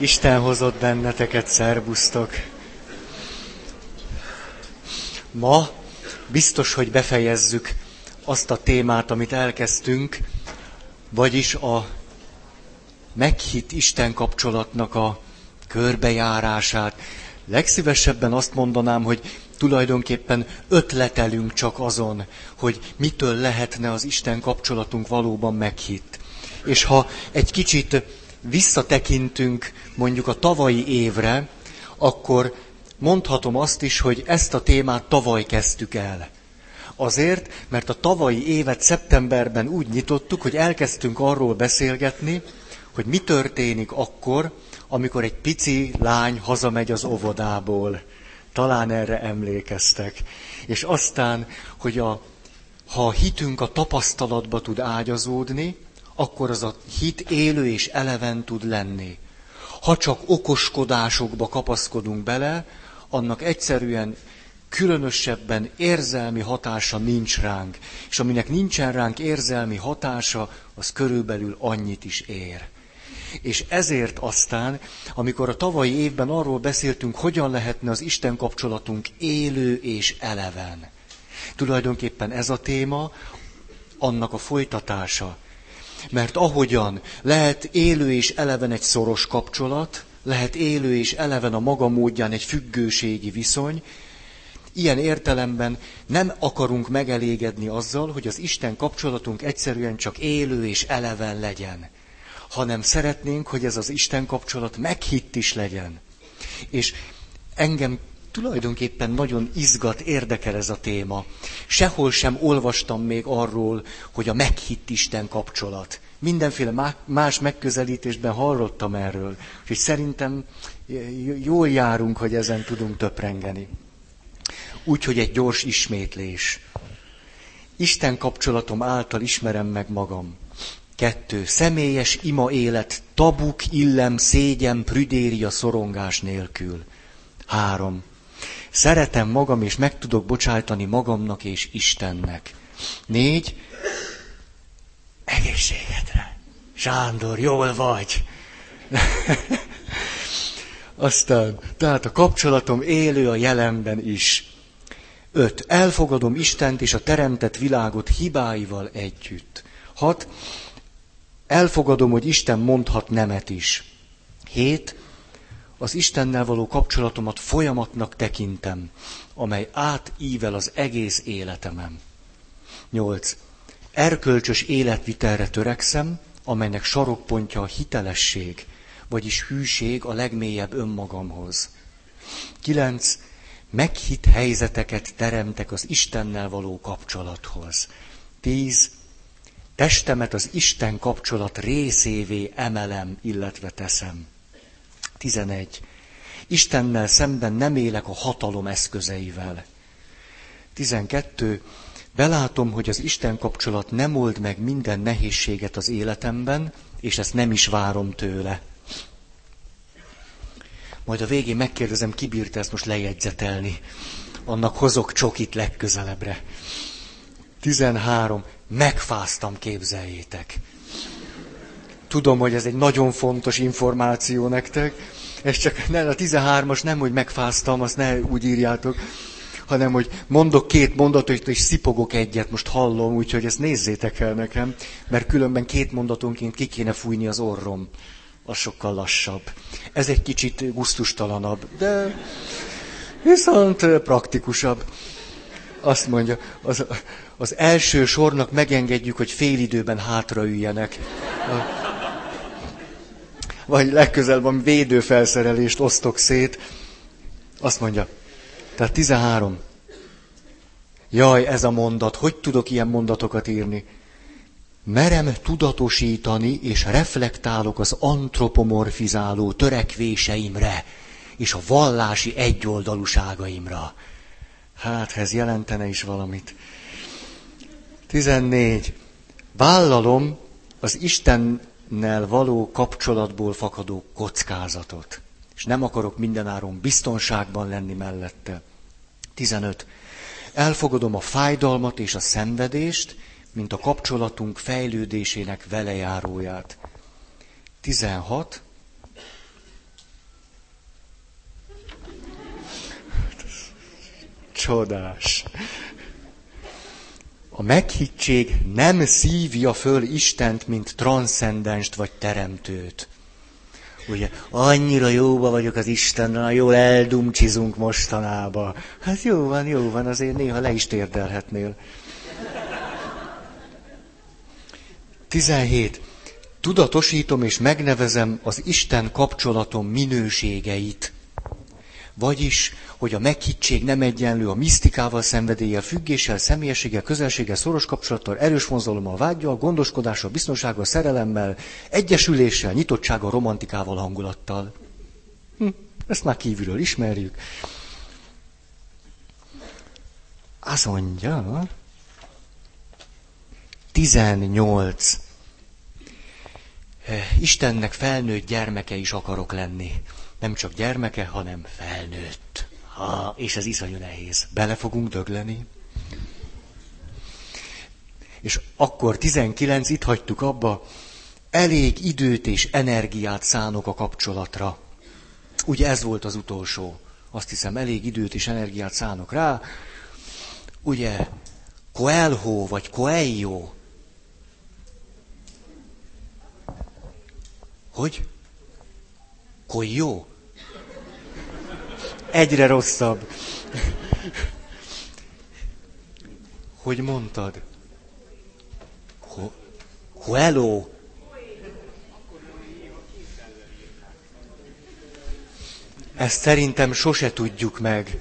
Isten hozott benneteket, szerbusztok! Ma biztos, hogy befejezzük azt a témát, amit elkezdtünk, vagyis a meghitt Isten kapcsolatnak a körbejárását. Legszívesebben azt mondanám, hogy tulajdonképpen ötletelünk csak azon, hogy mitől lehetne az Isten kapcsolatunk valóban meghitt. És ha egy kicsit visszatekintünk mondjuk a tavalyi évre, akkor mondhatom azt is, hogy ezt a témát tavaly kezdtük el. Azért, mert a tavalyi évet szeptemberben úgy nyitottuk, hogy elkezdtünk arról beszélgetni, hogy mi történik akkor, amikor egy pici lány hazamegy az óvodából. Talán erre emlékeztek. És aztán, hogy ha a hitünk a tapasztalatba tud ágyazódni, akkor az a hit élő és eleven tud lenni. Ha csak okoskodásokba kapaszkodunk bele, annak egyszerűen különösebben érzelmi hatása nincs ránk. És aminek nincsen ránk érzelmi hatása, az körülbelül annyit is ér. És ezért aztán, amikor a tavalyi évben arról beszéltünk, hogyan lehetne az Isten kapcsolatunk élő és eleven. Tulajdonképpen ez a téma, annak a folytatása. Mert ahogyan lehet élő és eleven egy szoros kapcsolat, lehet élő és eleven a maga módján egy függőségi viszony, ilyen értelemben nem akarunk megelégedni azzal, hogy az Isten kapcsolatunk egyszerűen csak élő és eleven legyen, hanem szeretnénk, hogy ez az Isten kapcsolat meghitt is legyen. És engem tulajdonképpen nagyon izgat, érdekel ez a téma. Sehol sem olvastam még arról, hogy a meghitt Isten kapcsolat. Mindenféle más megközelítésben hallottam erről. És szerintem jól járunk, hogy ezen tudunk töprengeni. Úgyhogy egy gyors ismétlés. Isten kapcsolatom által ismerem meg magam. 2. Személyes ima élet, tabuk, illem, szégyen, prüdéria, szorongás nélkül. 3. Szeretem magam, és meg tudok bocsájtani magamnak és Istennek. 4. Egészségedre. Sándor, jól vagy. Aztán, tehát a kapcsolatom élő a jelenben is. 5. Elfogadom Istent és a teremtett világot hibáival együtt. 6. Elfogadom, hogy Isten mondhat nemet is. 7. Az Istennel való kapcsolatomat folyamatnak tekintem, amely átível az egész életemen. 8. Erkölcsös életvitelre törekszem, amelynek sarokpontja a hitelesség, vagyis hűség a legmélyebb önmagamhoz. 9. Meghitt helyzeteket teremtek az Istennel való kapcsolathoz. 10. Testemet az Isten kapcsolat részévé emelem, illetve teszem. 11. Istennel szemben nem élek a hatalom eszközeivel. 12. Belátom, hogy az Isten kapcsolat nem old meg minden nehézséget az életemben, és ezt nem is várom tőle. Majd a végén megkérdezem, ki bírta ezt most lejegyzetelni. Annak hozok csokit legközelebbre. 13. Megfáztam, képzeljétek. Tudom, hogy ez egy nagyon fontos információ nektek. Ez csak a 13-as nem, hogy megfáztam, azt ne úgy írjátok, hanem, hogy mondok 2 mondatot, és szipogok egyet, most hallom, úgyhogy ezt nézzétek el nekem, mert különben 2 mondatonként ki kéne fújni az orrom. Az sokkal lassabb. Ez egy kicsit gusztustalanabb, de viszont praktikusabb. Azt mondja, az első sornak megengedjük, hogy félidőben hátraüljenek. Vagy legközelebb a védőfelszerelést osztok szét. Azt mondja, tehát 13. Jaj, ez a mondat, hogy tudok ilyen mondatokat írni? Merem tudatosítani és reflektálok az antropomorfizáló törekvéseimre és a vallási egyoldalúságaimra. Hát, ez jelentene is valamit. 14. Vállalom az Istennel való kapcsolatból fakadó kockázatot, és nem akarok mindenáron biztonságban lenni mellette. 15. Elfogadom a fájdalmat és a szenvedést, mint a kapcsolatunk fejlődésének velejáróját. 16. Csodás. A meghittség nem szívja föl Istent, mint transzcendenst vagy teremtőt. Ugye, annyira jóba vagyok az Istennel, jól eldumcsizunk mostanában. Hát jó van, azért néha le is térdelhetnél. 17. Tudatosítom és megnevezem az Isten kapcsolatom minőségeit. Vagyis, hogy a meghittség nem egyenlő a misztikával, szenvedéllyel, függéssel, személyességgel, közelséggel, szoros kapcsolattal, erős vonzalommal, vággyal, gondoskodással, biztonsággal, szerelemmel, egyesüléssel, nyitottsággal, romantikával, hangulattal. Ezt már kívülről ismerjük. Azt mondja, 18. Istennek felnőtt gyermeke is akarok lenni. Nem csak gyermeke, hanem felnőtt. És ez iszonyú nehéz. Bele fogunk dögleni. És akkor 19, itt hagytuk abba, elég időt és energiát szánok a kapcsolatra. Ugye ez volt az utolsó. Azt hiszem, elég időt és energiát szánok rá. Ugye, Coelho vagy Coelho. Hogy? Coelho? Egyre rosszabb. Hogy mondtad? Coelho. Ezt szerintem sose tudjuk meg.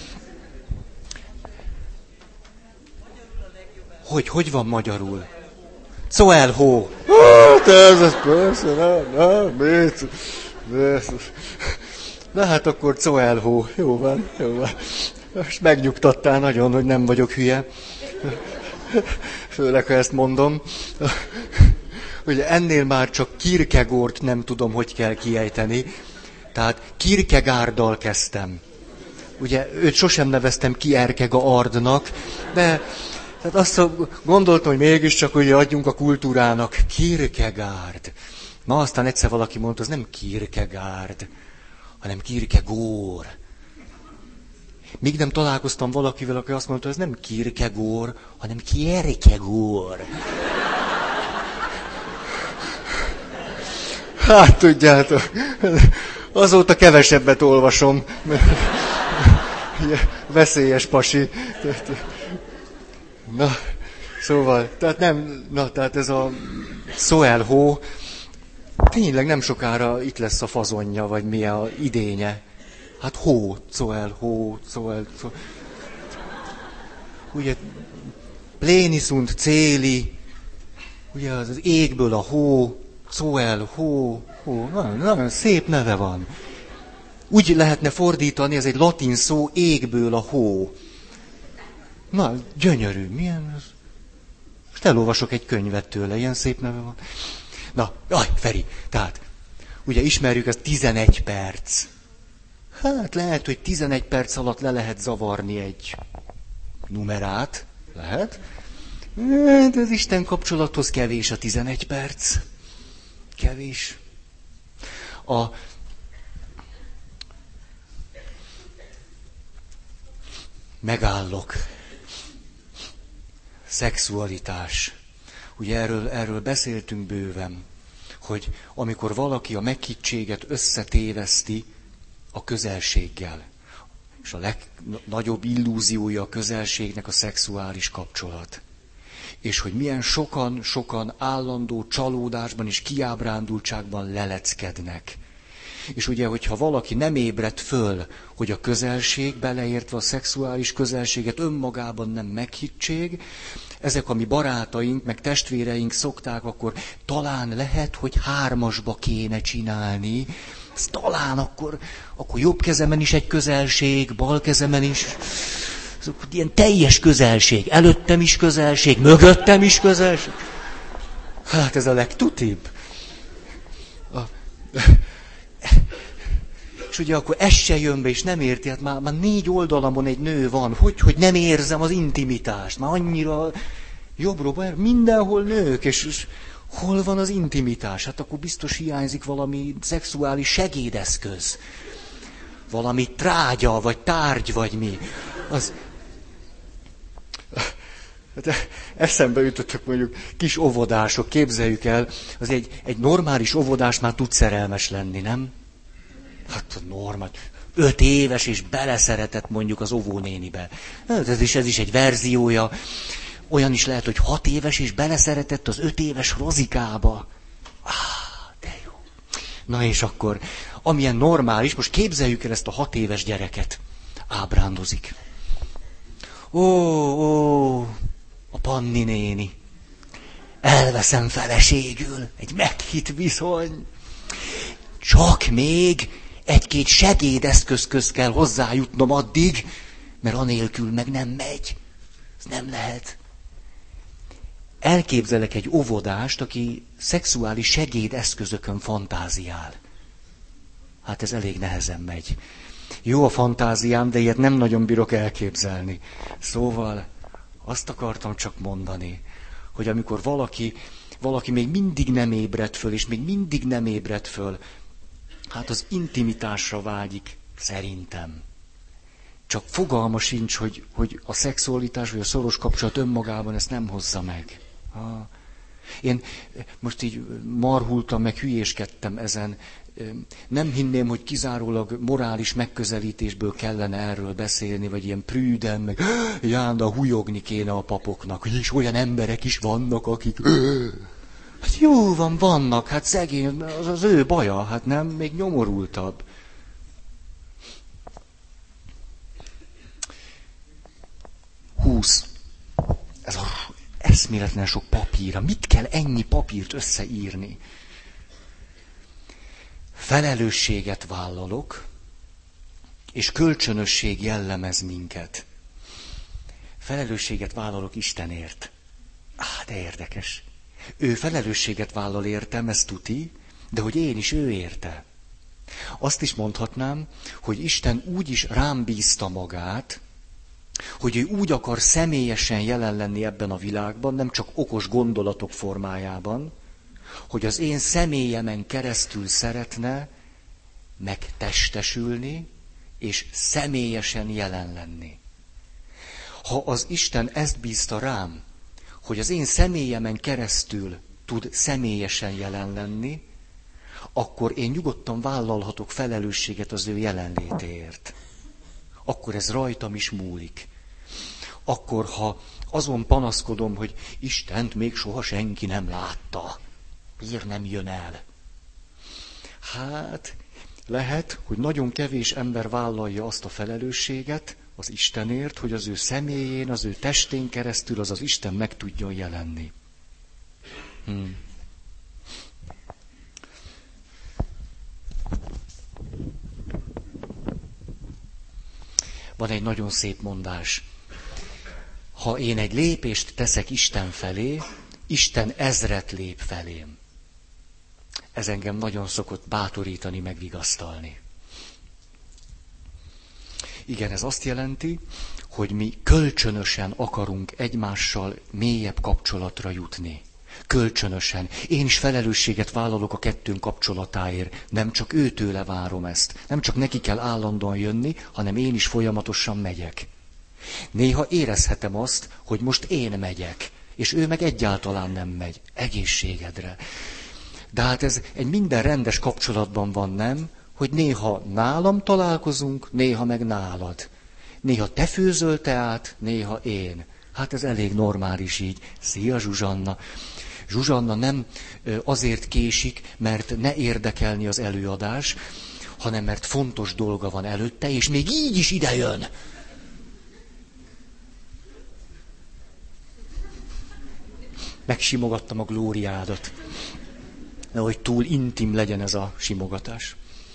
Hogy van magyarul? Coelho. Ez persze, mit? Na hát akkor Coelho. Jó van. Most megnyugtattál nagyon, hogy nem vagyok hülye. Főleg, ha ezt mondom. Ugye ennél már csak Kierkegaard nem tudom, hogy kell kiejteni. Tehát Kierkegaarddal kezdtem. Ugye őt sosem neveztem Kierkegaardnak, de tehát azt gondoltam, hogy mégiscsak ugye adjunk a kultúrának. Kierkegaard. Na aztán egyszer valaki mondta, az nem Kierkegaard, hanem Kierkegaard. Míg nem találkoztam valakivel, aki azt mondta, hogy ez nem Kierkegaard, hanem Kierkegaard. Hát tudjátok, azóta kevesebbet olvasom. Veszélyes pasi. Na, szóval, tehát ez a Coelho, tényleg nem sokára itt lesz a fazonja, vagy mi a idénye. Hát Coelho. Ugye, plénisunt céli, ugye az égből a hó, Coelho, nagyon szép neve van. Úgy lehetne fordítani, ez egy latin szó, égből a hó. Na, gyönyörű, milyen ez? Most elolvasok egy könyvet tőle, ilyen szép neve van. Na, Feri, tehát, ugye ismerjük, ez 11 perc. Hát lehet, hogy 11 perc alatt le lehet zavarni egy numerát. Lehet. De az Isten kapcsolathoz kevés a 11 perc. Kevés. Megállok. Szexualitás. Ugye erről beszéltünk bőven, hogy amikor valaki a meghittséget összetéveszti a közelséggel, és a legnagyobb illúziója a közelségnek a szexuális kapcsolat. És hogy milyen sokan állandó csalódásban és kiábrándultságban leleckednek. És ugye, hogyha valaki nem ébred föl, hogy a közelség, beleértve a szexuális közelséget önmagában nem meghittség, ezek a mi barátaink, meg testvéreink szokták, akkor talán lehet, hogy 3-asba kéne csinálni, talán akkor jobb kezemen is egy közelség, bal kezemen is, ilyen teljes közelség, előttem is közelség, mögöttem is közelség. Hát ez a legtutibb. És ugye akkor ez se jön be, és nem érti, hát már 4 oldalamon egy nő van, hogy nem érzem az intimitást, már annyira jobbról, mindenhol nők, és hol van az intimitás? Hát akkor biztos hiányzik valami szexuális segédeszköz, valami trágya, vagy tárgy, vagy mi. Hát eszembe jutottak mondjuk kis óvodások, képzeljük el, az egy normális óvodás már tud szerelmes lenni, nem? Hát normális. 5 éves és beleszeretett mondjuk az óvónénibe. Hát ez is egy verziója. Olyan is lehet, hogy 6 éves és beleszeretett az 5 éves Rozikába. De jó. Na és akkor, amilyen normális, most képzeljük el ezt a 6 éves gyereket. Ábrándozik. Ó, a Panni néni. Elveszem feleségül. Egy meghitt viszony. Csak még egy-két segédeszközköz kell hozzájutnom addig, mert anélkül meg nem megy. Ez nem lehet. Elképzelek egy óvodást, aki szexuális segédeszközökön fantáziál. Hát ez elég nehezen megy. Jó a fantáziám, de ilyet nem nagyon bírok elképzelni. Szóval azt akartam csak mondani, hogy amikor valaki még mindig nem ébred föl, és még mindig nem ébred föl, hát az intimitásra vágyik, szerintem. Csak fogalma sincs, hogy a szexualitás vagy a szoros kapcsolat önmagában ezt nem hozza meg. Én most így marhultam, meg hülyéskedtem ezen. Nem hinném, hogy kizárólag morális megközelítésből kellene erről beszélni, vagy ilyen prűden, meg jánda hújogni kéne a papoknak, hogy is olyan emberek is vannak, akik... Hát jó van, vannak, hát szegény, az ő baja, hát nem, még nyomorultabb. Ez a eszméletlen sok papírra. Mit kell ennyi papírt összeírni? Felelősséget vállalok, és kölcsönösség jellemez minket. Felelősséget vállalok Istenért. De érdekes. Ő felelősséget vállal értem, ez tuti, de hogy én is ő érte. Azt is mondhatnám, hogy Isten úgy is rám bízta magát, hogy ő úgy akar személyesen jelen lenni ebben a világban, nem csak okos gondolatok formájában, hogy az én személyemen keresztül szeretne megtestesülni, és személyesen jelen lenni. Ha az Isten ezt bízta rám, hogy az én személyemen keresztül tud személyesen jelen lenni, akkor én nyugodtan vállalhatok felelősséget az ő jelenlétéért. Akkor ez rajtam is múlik. Akkor, ha azon panaszkodom, hogy Istent még soha senki nem látta, miért nem jön el? Hát, lehet, hogy nagyon kevés ember vállalja azt a felelősséget az Istenért, hogy az ő személyén, az ő testén keresztül az Isten meg tudjon jelenni. Van egy nagyon szép mondás. Ha én egy lépést teszek Isten felé, Isten ezret lép felém. Ez engem nagyon szokott bátorítani, megvigasztalni. Igen, ez azt jelenti, hogy mi kölcsönösen akarunk egymással mélyebb kapcsolatra jutni. Kölcsönösen. Én is felelősséget vállalok a kettőnk kapcsolatáért. Nem csak őtőle várom ezt. Nem csak neki kell állandóan jönni, hanem én is folyamatosan megyek. Néha érezhetem azt, hogy most én megyek, és ő meg egyáltalán nem megy. Egészségedre. De hát ez egy minden rendes kapcsolatban van, nem? Hogy néha nálam találkozunk, néha meg nálad. Néha te főzöl teát, néha én. Hát ez elég normális így. Szia, Zsuzsanna! Zsuzsanna nem azért késik, mert ne érdekelni az előadás, hanem mert fontos dolga van előtte, és még így is idejön. Megsimogattam a glóriádat. Nehogy túl intim legyen ez a simogatás.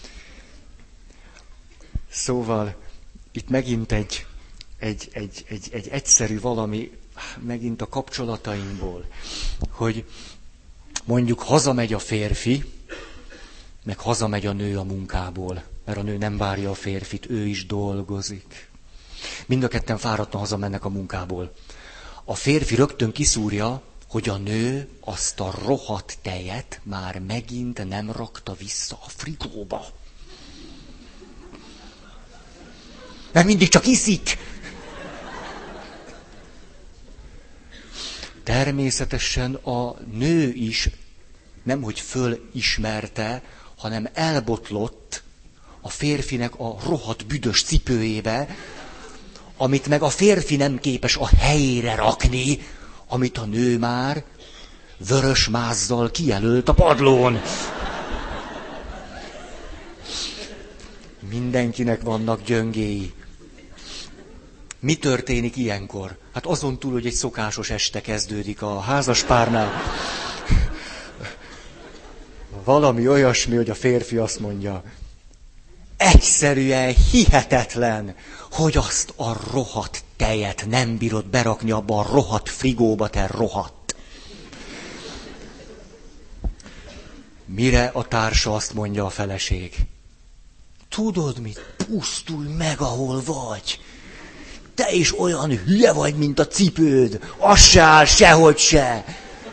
Szóval itt megint egy egyszerű valami, megint a kapcsolatainkból, hogy mondjuk hazamegy a férfi, meg hazamegy a nő a munkából, mert a nő nem várja a férfit, ő is dolgozik. Mind a ketten fáradtan hazamennek a munkából. A férfi rögtön kiszúrja, hogy a nő azt a rohadt tejet már megint nem rakta vissza a frigóba. Mert mindig csak iszik. természetesen a nő is nemhogy fölismerte, hanem elbotlott a férfinek a rohadt büdös cipőjébe, amit meg a férfi nem képes a helyére rakni, amit a nő már vörös mázzal kijelölt a padlón. Mindenkinek vannak gyöngéi. Mi történik ilyenkor? Hát azon túl, hogy egy szokásos este kezdődik a házaspárnál. Valami olyasmi, hogy a férfi azt mondja, egyszerűen hihetetlen, hogy azt a rohadt tejet nem bírod berakni abba a rohadt frigóba, te rohadt. Mire a társa azt mondja a feleség? Tudod mit? Pusztulj meg, ahol vagy. Te is olyan hülye vagy, mint a cipőd. Az se áll sehogy se.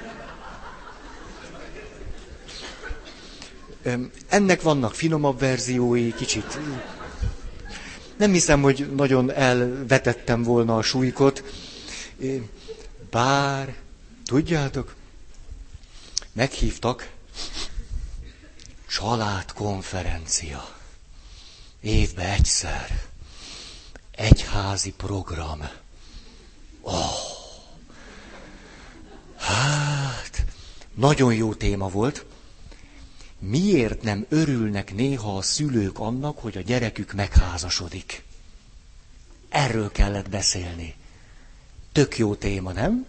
Ennek vannak finomabb verziói, kicsit. Nem hiszem, hogy nagyon elvetettem volna a súlykot. Bár, tudjátok, meghívtak családkonferencia. Évben egyszer. Egyházi program. Hát, nagyon jó téma volt. Miért nem örülnek néha a szülők annak, hogy a gyerekük megházasodik? Erről kellett beszélni. Tök jó téma, nem?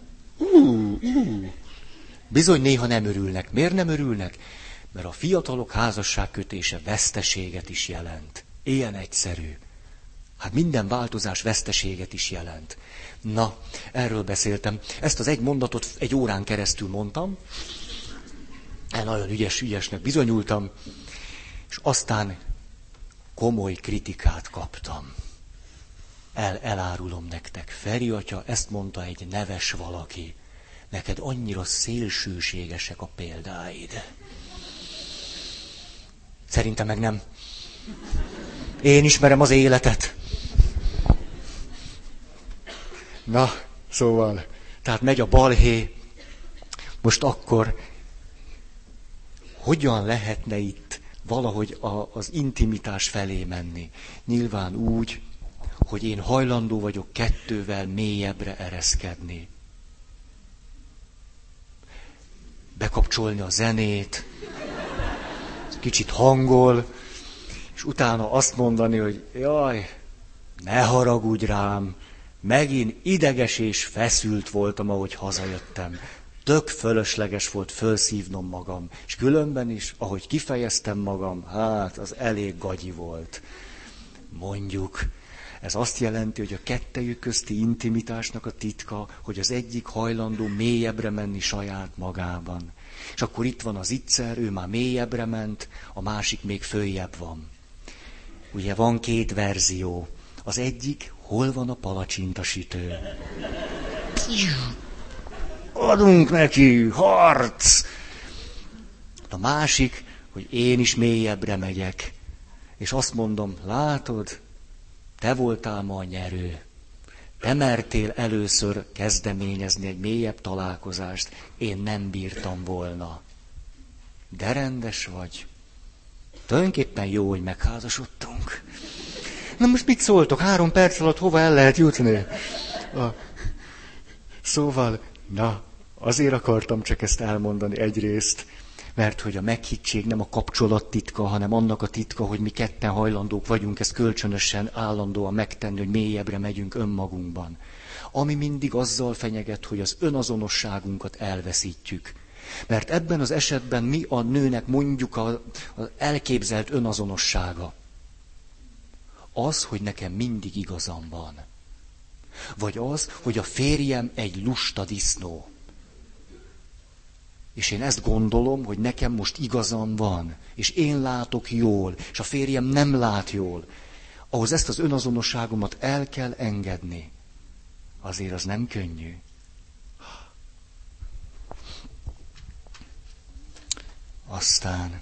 Bizony néha nem örülnek. Miért nem örülnek? Mert a fiatalok házasságkötése veszteséget is jelent. Ilyen egyszerű. Hát minden változás veszteséget is jelent. Na, erről beszéltem. Ezt az egy mondatot egy órán keresztül mondtam. Nagyon ügyesnek bizonyultam. És aztán komoly kritikát kaptam. Elárulom nektek. Feri atya, ezt mondta egy neves valaki. Neked annyira szélsőségesek a példáid. Szerintem meg nem. Én ismerem az életet. Na, szóval, tehát megy a balhé. Most akkor hogyan lehetne itt valahogy az intimitás felé menni? Nyilván úgy, hogy én hajlandó vagyok kettővel mélyebbre ereszkedni. Bekapcsolni a zenét, kicsit hangol, és utána azt mondani, hogy jaj, ne haragudj rám, megint ideges és feszült voltam, ahogy hazajöttem. Tök fölösleges volt fölszívnom magam, és különben is, ahogy kifejeztem magam, hát az elég gagyi volt. Mondjuk, ez azt jelenti, hogy a kettejük közti intimitásnak a titka, hogy az egyik hajlandó mélyebbre menni saját magában. És akkor itt van az Itzer, ő már mélyebbre ment, a másik még följebb van. Ugye van két verzió. Az egyik, hol van a palacsintasütő? Adunk neki, harc! A másik, hogy én is mélyebbre megyek. És azt mondom, látod, te voltál ma a nyerő. Te mertél először kezdeményezni egy mélyebb találkozást, én nem bírtam volna. De rendes vagy. Tulajdonképpen jó, hogy megházasodtunk. Na most mit szóltok? 3 perc alatt hova el lehet jutni? Szóval, na, azért akartam csak ezt elmondani egyrészt, mert hogy a meghittség nem a kapcsolat titka, hanem annak a titka, hogy mi ketten hajlandók vagyunk ezt kölcsönösen, állandóan megtenni, hogy mélyebbre megyünk önmagunkban. Ami mindig azzal fenyeget, hogy az önazonosságunkat elveszítjük. Mert ebben az esetben mi a nőnek mondjuk az elképzelt önazonossága? Az, hogy nekem mindig igazam van. Vagy az, hogy a férjem egy lusta disznó. És én ezt gondolom, hogy nekem most igazam van, és én látok jól, és a férjem nem lát jól. Ahhoz ezt az önazonosságomat el kell engedni. Azért az nem könnyű. Aztán...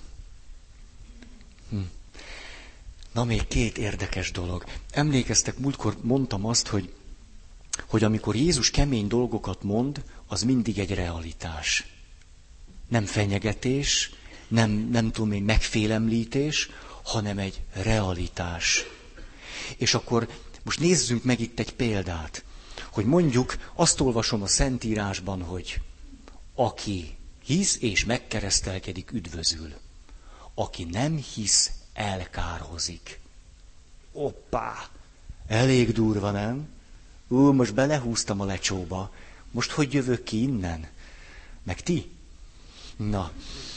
Na még 2 érdekes dolog. Emlékeztek, múltkor mondtam azt, hogy hogy amikor Jézus kemény dolgokat mond, az mindig egy realitás. Nem fenyegetés, nem tudom én, megfélemlítés, hanem egy realitás. És akkor most nézzünk meg itt egy példát, hogy mondjuk azt olvasom a Szentírásban, hogy aki hisz és megkeresztelkedik, üdvözül. Aki nem hisz, elkárhozik. Hoppá! Elég durva, nem? Most belehúztam a lecsóba. Most hogy jövök ki innen? Meg ti? Na.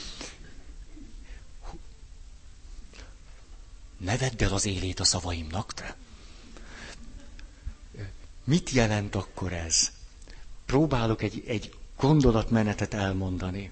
Ne vedd el az élét a szavaimnak, te. Mit jelent akkor ez? Próbálok egy gondolatmenetet elmondani.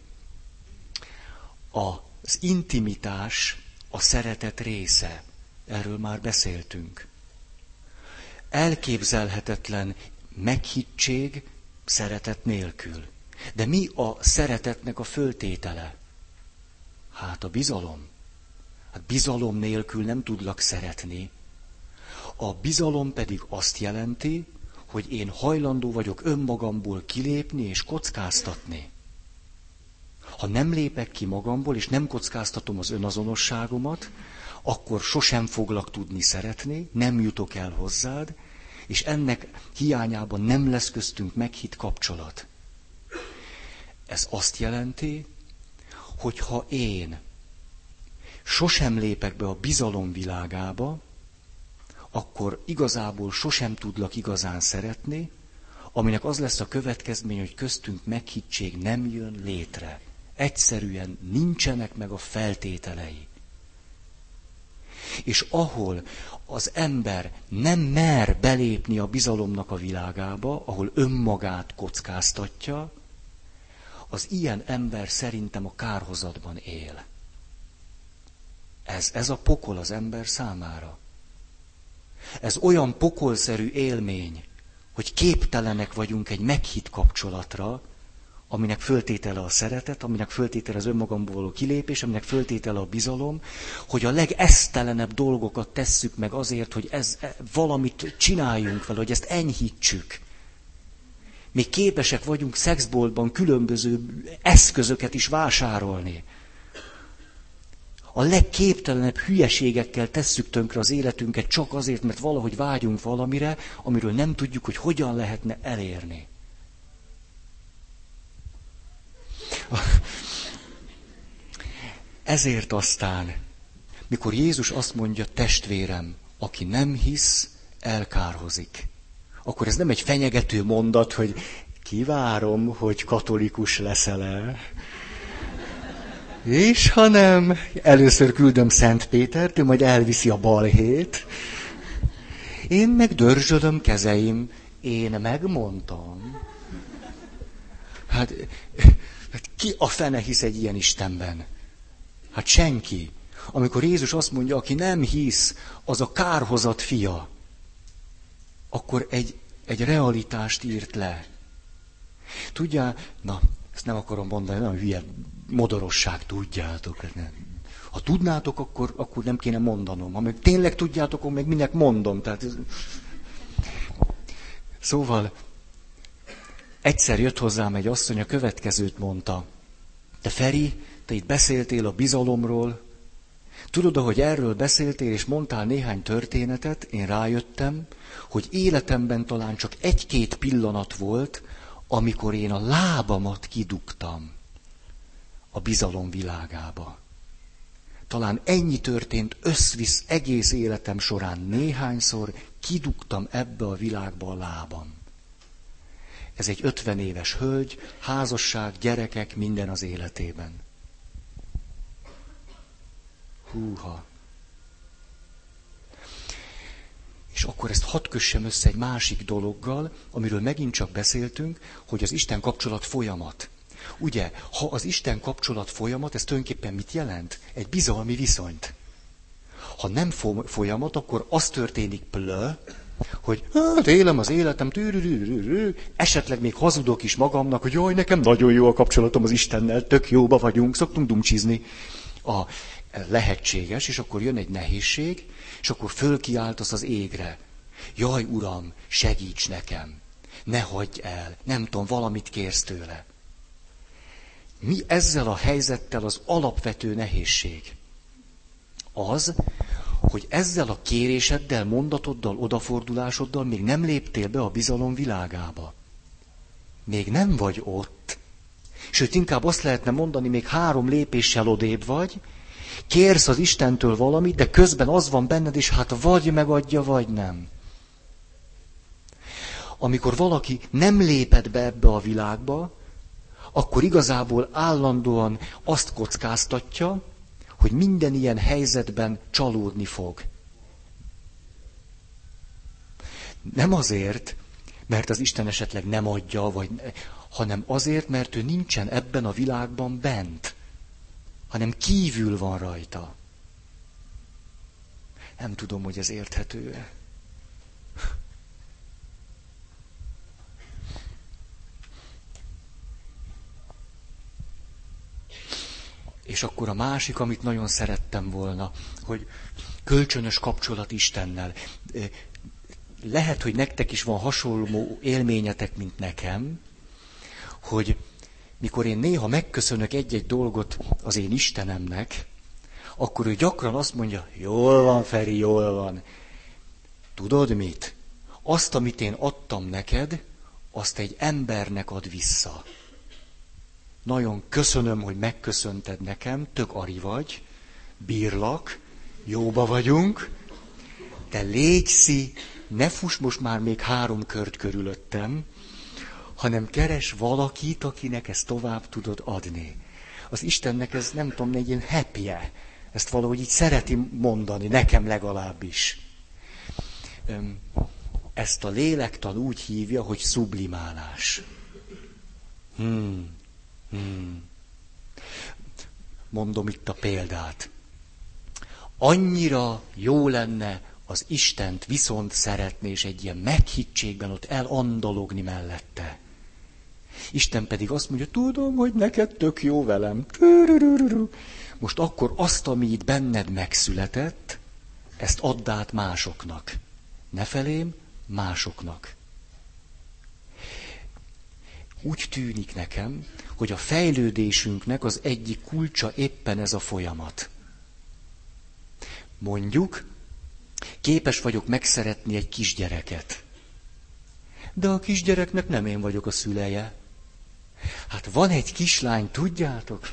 Az intimitás a szeretet része. Erről már beszéltünk. Elképzelhetetlen meghittség szeretet nélkül. De mi a szeretetnek a föltétele? Hát a bizalom. Hát bizalom nélkül nem tudlak szeretni. A bizalom pedig azt jelenti, hogy én hajlandó vagyok önmagamból kilépni és kockáztatni. Ha nem lépek ki magamból, és nem kockáztatom az önazonosságomat, akkor sosem foglak tudni szeretni, nem jutok el hozzád, és ennek hiányában nem lesz köztünk meghitt kapcsolat. Ez azt jelenti, hogy ha én sosem lépek be a bizalom világába, akkor igazából sosem tudlak igazán szeretni, aminek az lesz a következmény, hogy köztünk meghittség nem jön létre. Egyszerűen nincsenek meg a feltételei. És ahol az ember nem mer belépni a bizalomnak a világába, ahol önmagát kockáztatja, az ilyen ember szerintem a kárhozatban él. Ez a pokol az ember számára. Ez olyan pokolszerű élmény, hogy képtelenek vagyunk egy meghitt kapcsolatra, aminek föltétele a szeretet, aminek föltétele az önmagamból való kilépés, aminek föltétele a bizalom, hogy a legesztelenebb dolgokat tesszük meg azért, hogy valamit csináljunk vele, hogy ezt enyhítsük. Még képesek vagyunk szexboltban különböző eszközöket is vásárolni. A legképtelenebb hülyeségekkel tesszük tönkre az életünket csak azért, mert valahogy vágyunk valamire, amiről nem tudjuk, hogy hogyan lehetne elérni. Ezért aztán, mikor Jézus azt mondja, testvérem, aki nem hisz, elkárhozik, akkor ez nem egy fenyegető mondat, hogy kivárom, hogy katolikus leszel-e. És ha nem, először küldöm Szent Pétert, ő majd elviszi a balhét. Én meg dörzsödöm kezeim, én megmondtam. Hát ki a fene hisz egy ilyen Istenben? Hát senki. Amikor Jézus azt mondja, aki nem hisz, az a kárhozat fia, akkor egy realitást írt le. Tudjál, ezt nem akarom mondani, nem hülye modorosság, tudjátok. Ha tudnátok, akkor nem kéne mondanom. Ha meg tényleg tudjátok, akkor meg minek mondom. Tehát Szóval egyszer jött hozzám egy asszony, a következőt mondta. Te Feri, te itt beszéltél a bizalomról. Tudod, ahogy erről beszéltél, és mondtál néhány történetet, én rájöttem, hogy életemben talán csak egy-két pillanat volt, amikor én a lábamat kidugtam a bizalom világába. Talán ennyi történt összvisz egész életem során, néhányszor kidugtam ebbe a világba a lábam. Ez egy 50 éves hölgy, házasság, gyerekek, minden az életében. Húha! És akkor ezt hadd kössem össze egy másik dologgal, amiről megint csak beszéltünk, hogy az Isten kapcsolat folyamat. Ugye, ha az Isten kapcsolat folyamat, ez tulajdonképpen mit jelent? Egy bizalmi viszonyt. Ha nem folyamat, akkor az történik hogy hát élem az életem, esetleg még hazudok is magamnak, hogy jaj, nekem nagyon jó a kapcsolatom az Istennel, tök jóba vagyunk, szoktunk dumcsizni. Lehetséges, és akkor jön egy nehézség, és akkor fölkiáltasz az égre. Jaj, Uram, segíts nekem! Ne hagyj el, nem tudom, valamit kérsz tőle. Mi ezzel a helyzettel az alapvető nehézség? Az, hogy ezzel a kéréseddel, mondatoddal, odafordulásoddal még nem léptél be a bizalom világába. Még nem vagy ott. Sőt, inkább azt lehetne mondani, még 3 lépéssel odébb vagy, kérsz az Istentől valamit, de közben az van benned, és hát vagy megadja, vagy nem. Amikor valaki nem lépett be ebbe a világba, akkor igazából állandóan azt kockáztatja, hogy minden ilyen helyzetben csalódni fog. Nem azért, mert az Isten esetleg nem adja, hanem azért, mert ő nincsen ebben a világban bent, hanem kívül van rajta. Nem tudom, hogy ez érthető-e. És akkor a másik, amit nagyon szerettem volna, hogy kölcsönös kapcsolat Istennel. Lehet, hogy nektek is van hasonló élményetek, mint nekem, hogy mikor én néha megköszönök egy-egy dolgot az én Istenemnek, akkor ő gyakran azt mondja, jól van, Feri, jól van. Tudod mit? Azt, amit én adtam neked, azt egy embernek ad vissza. Nagyon köszönöm, hogy megköszönted nekem, tök ari vagy, bírlak, jóba vagyunk, de légy, ne fuss most már még 3 kört körülöttem, hanem keres valakit, akinek ezt tovább tudod adni. Az Istennek ez nem tudom, egy ilyen happy-e. Ezt valahogy így szereti mondani, nekem legalábbis. Ezt a lélektan úgy hívja, hogy szublimálás. Mondom itt a példát. Annyira jó lenne az Istent viszont szeretni, és egy ilyen meghittségben ott elandalogni mellette. Isten pedig azt mondja, tudom, hogy neked tök jó velem. Most akkor azt, ami itt benned megszületett, ezt add át másoknak. Ne felém, másoknak. Úgy tűnik nekem, hogy a fejlődésünknek az egyik kulcsa éppen ez a folyamat. Mondjuk, képes vagyok megszeretni egy kisgyereket. De a kisgyereknek nem én vagyok a szüleje. Hát van egy kislány, tudjátok?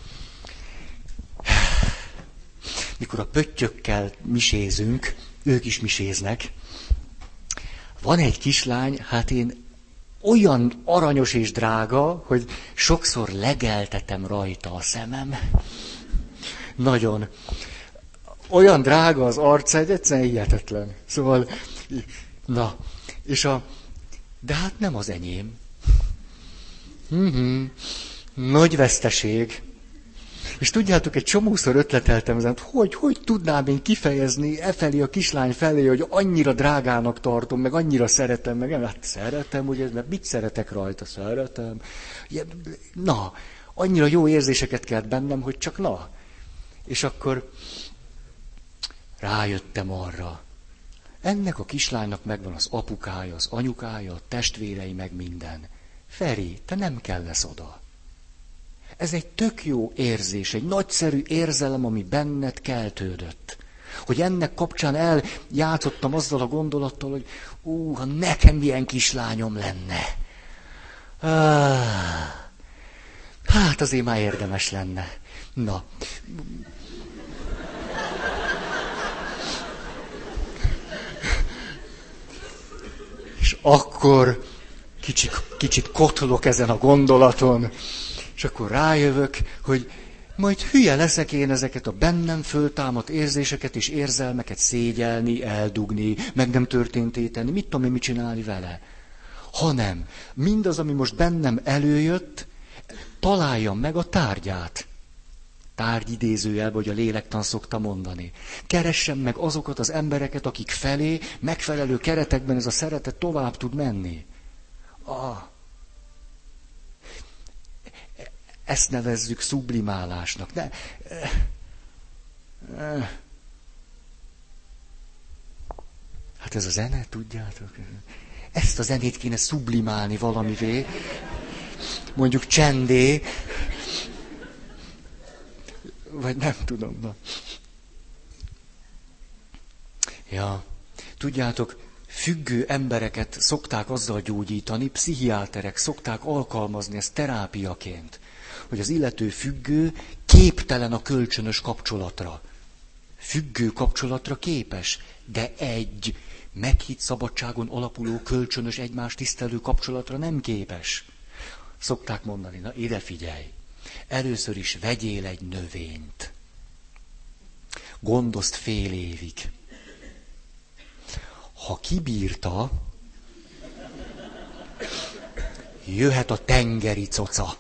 Mikor a pöttyökkel misézünk, ők is miséznek. Van egy kislány, hát én olyan aranyos és drága, hogy sokszor legeltetem rajta a szemem. Nagyon. Olyan drága az arca, egy egyszerűen hihetetlen. Szóval, na, de hát nem az enyém. Nagy veszteség. És tudjátok, egy csomószor ötleteltem ezen, hogy tudnám én kifejezni efelé a kislány felé, hogy annyira drágának tartom, meg annyira szeretem, meg hát szeretem, ugye, mert mit szeretek rajta? Szeretem. Na, annyira jó érzéseket kelt bennem, hogy csak na. És akkor rájöttem arra. Ennek a kislánynak megvan az apukája, az anyukája, a testvérei, meg minden. Feri, te nem kell lesz oda. Ez egy tök jó érzés, egy nagyszerű érzelem, ami benned keltődött. Hogy ennek kapcsán eljátszottam azzal a gondolattal, hogy ha nekem milyen kislányom lenne. Hát azért már érdemes lenne. Na. És akkor kicsit kotlok ezen a gondolaton, és akkor rájövök, hogy majd hülye leszek én ezeket a bennem föltámadt érzéseket és érzelmeket szégyelni, eldugni, meg nem történté tenni, mit tudom én mit csinálni vele. Hanem mindaz, ami most bennem előjött, találjam meg a tárgyát. Tárgyidézőjel, vagy a lélektan szokta mondani. Keressem meg azokat az embereket, akik felé megfelelő keretekben ez a szeretet tovább tud menni. Ezt nevezzük szublimálásnak. Hát ez a zene, tudjátok? ezt a zenét kéne sublimálni valamivé, mondjuk csendé, vagy nem tudom. Na. Ja, tudjátok, függő embereket szokták azzal gyógyítani, pszichiáterek szokták alkalmazni ezt terápiaként, hogy az illető függő képtelen a kölcsönös kapcsolatra. Függő kapcsolatra képes, de egy meghitt szabadságon alapuló kölcsönös egymást tisztelő kapcsolatra nem képes. Szokták mondani, na ide figyelj, először is vegyél egy növényt. Gondozd fél évig. Ha kibírta, jöhet a tengeri coca.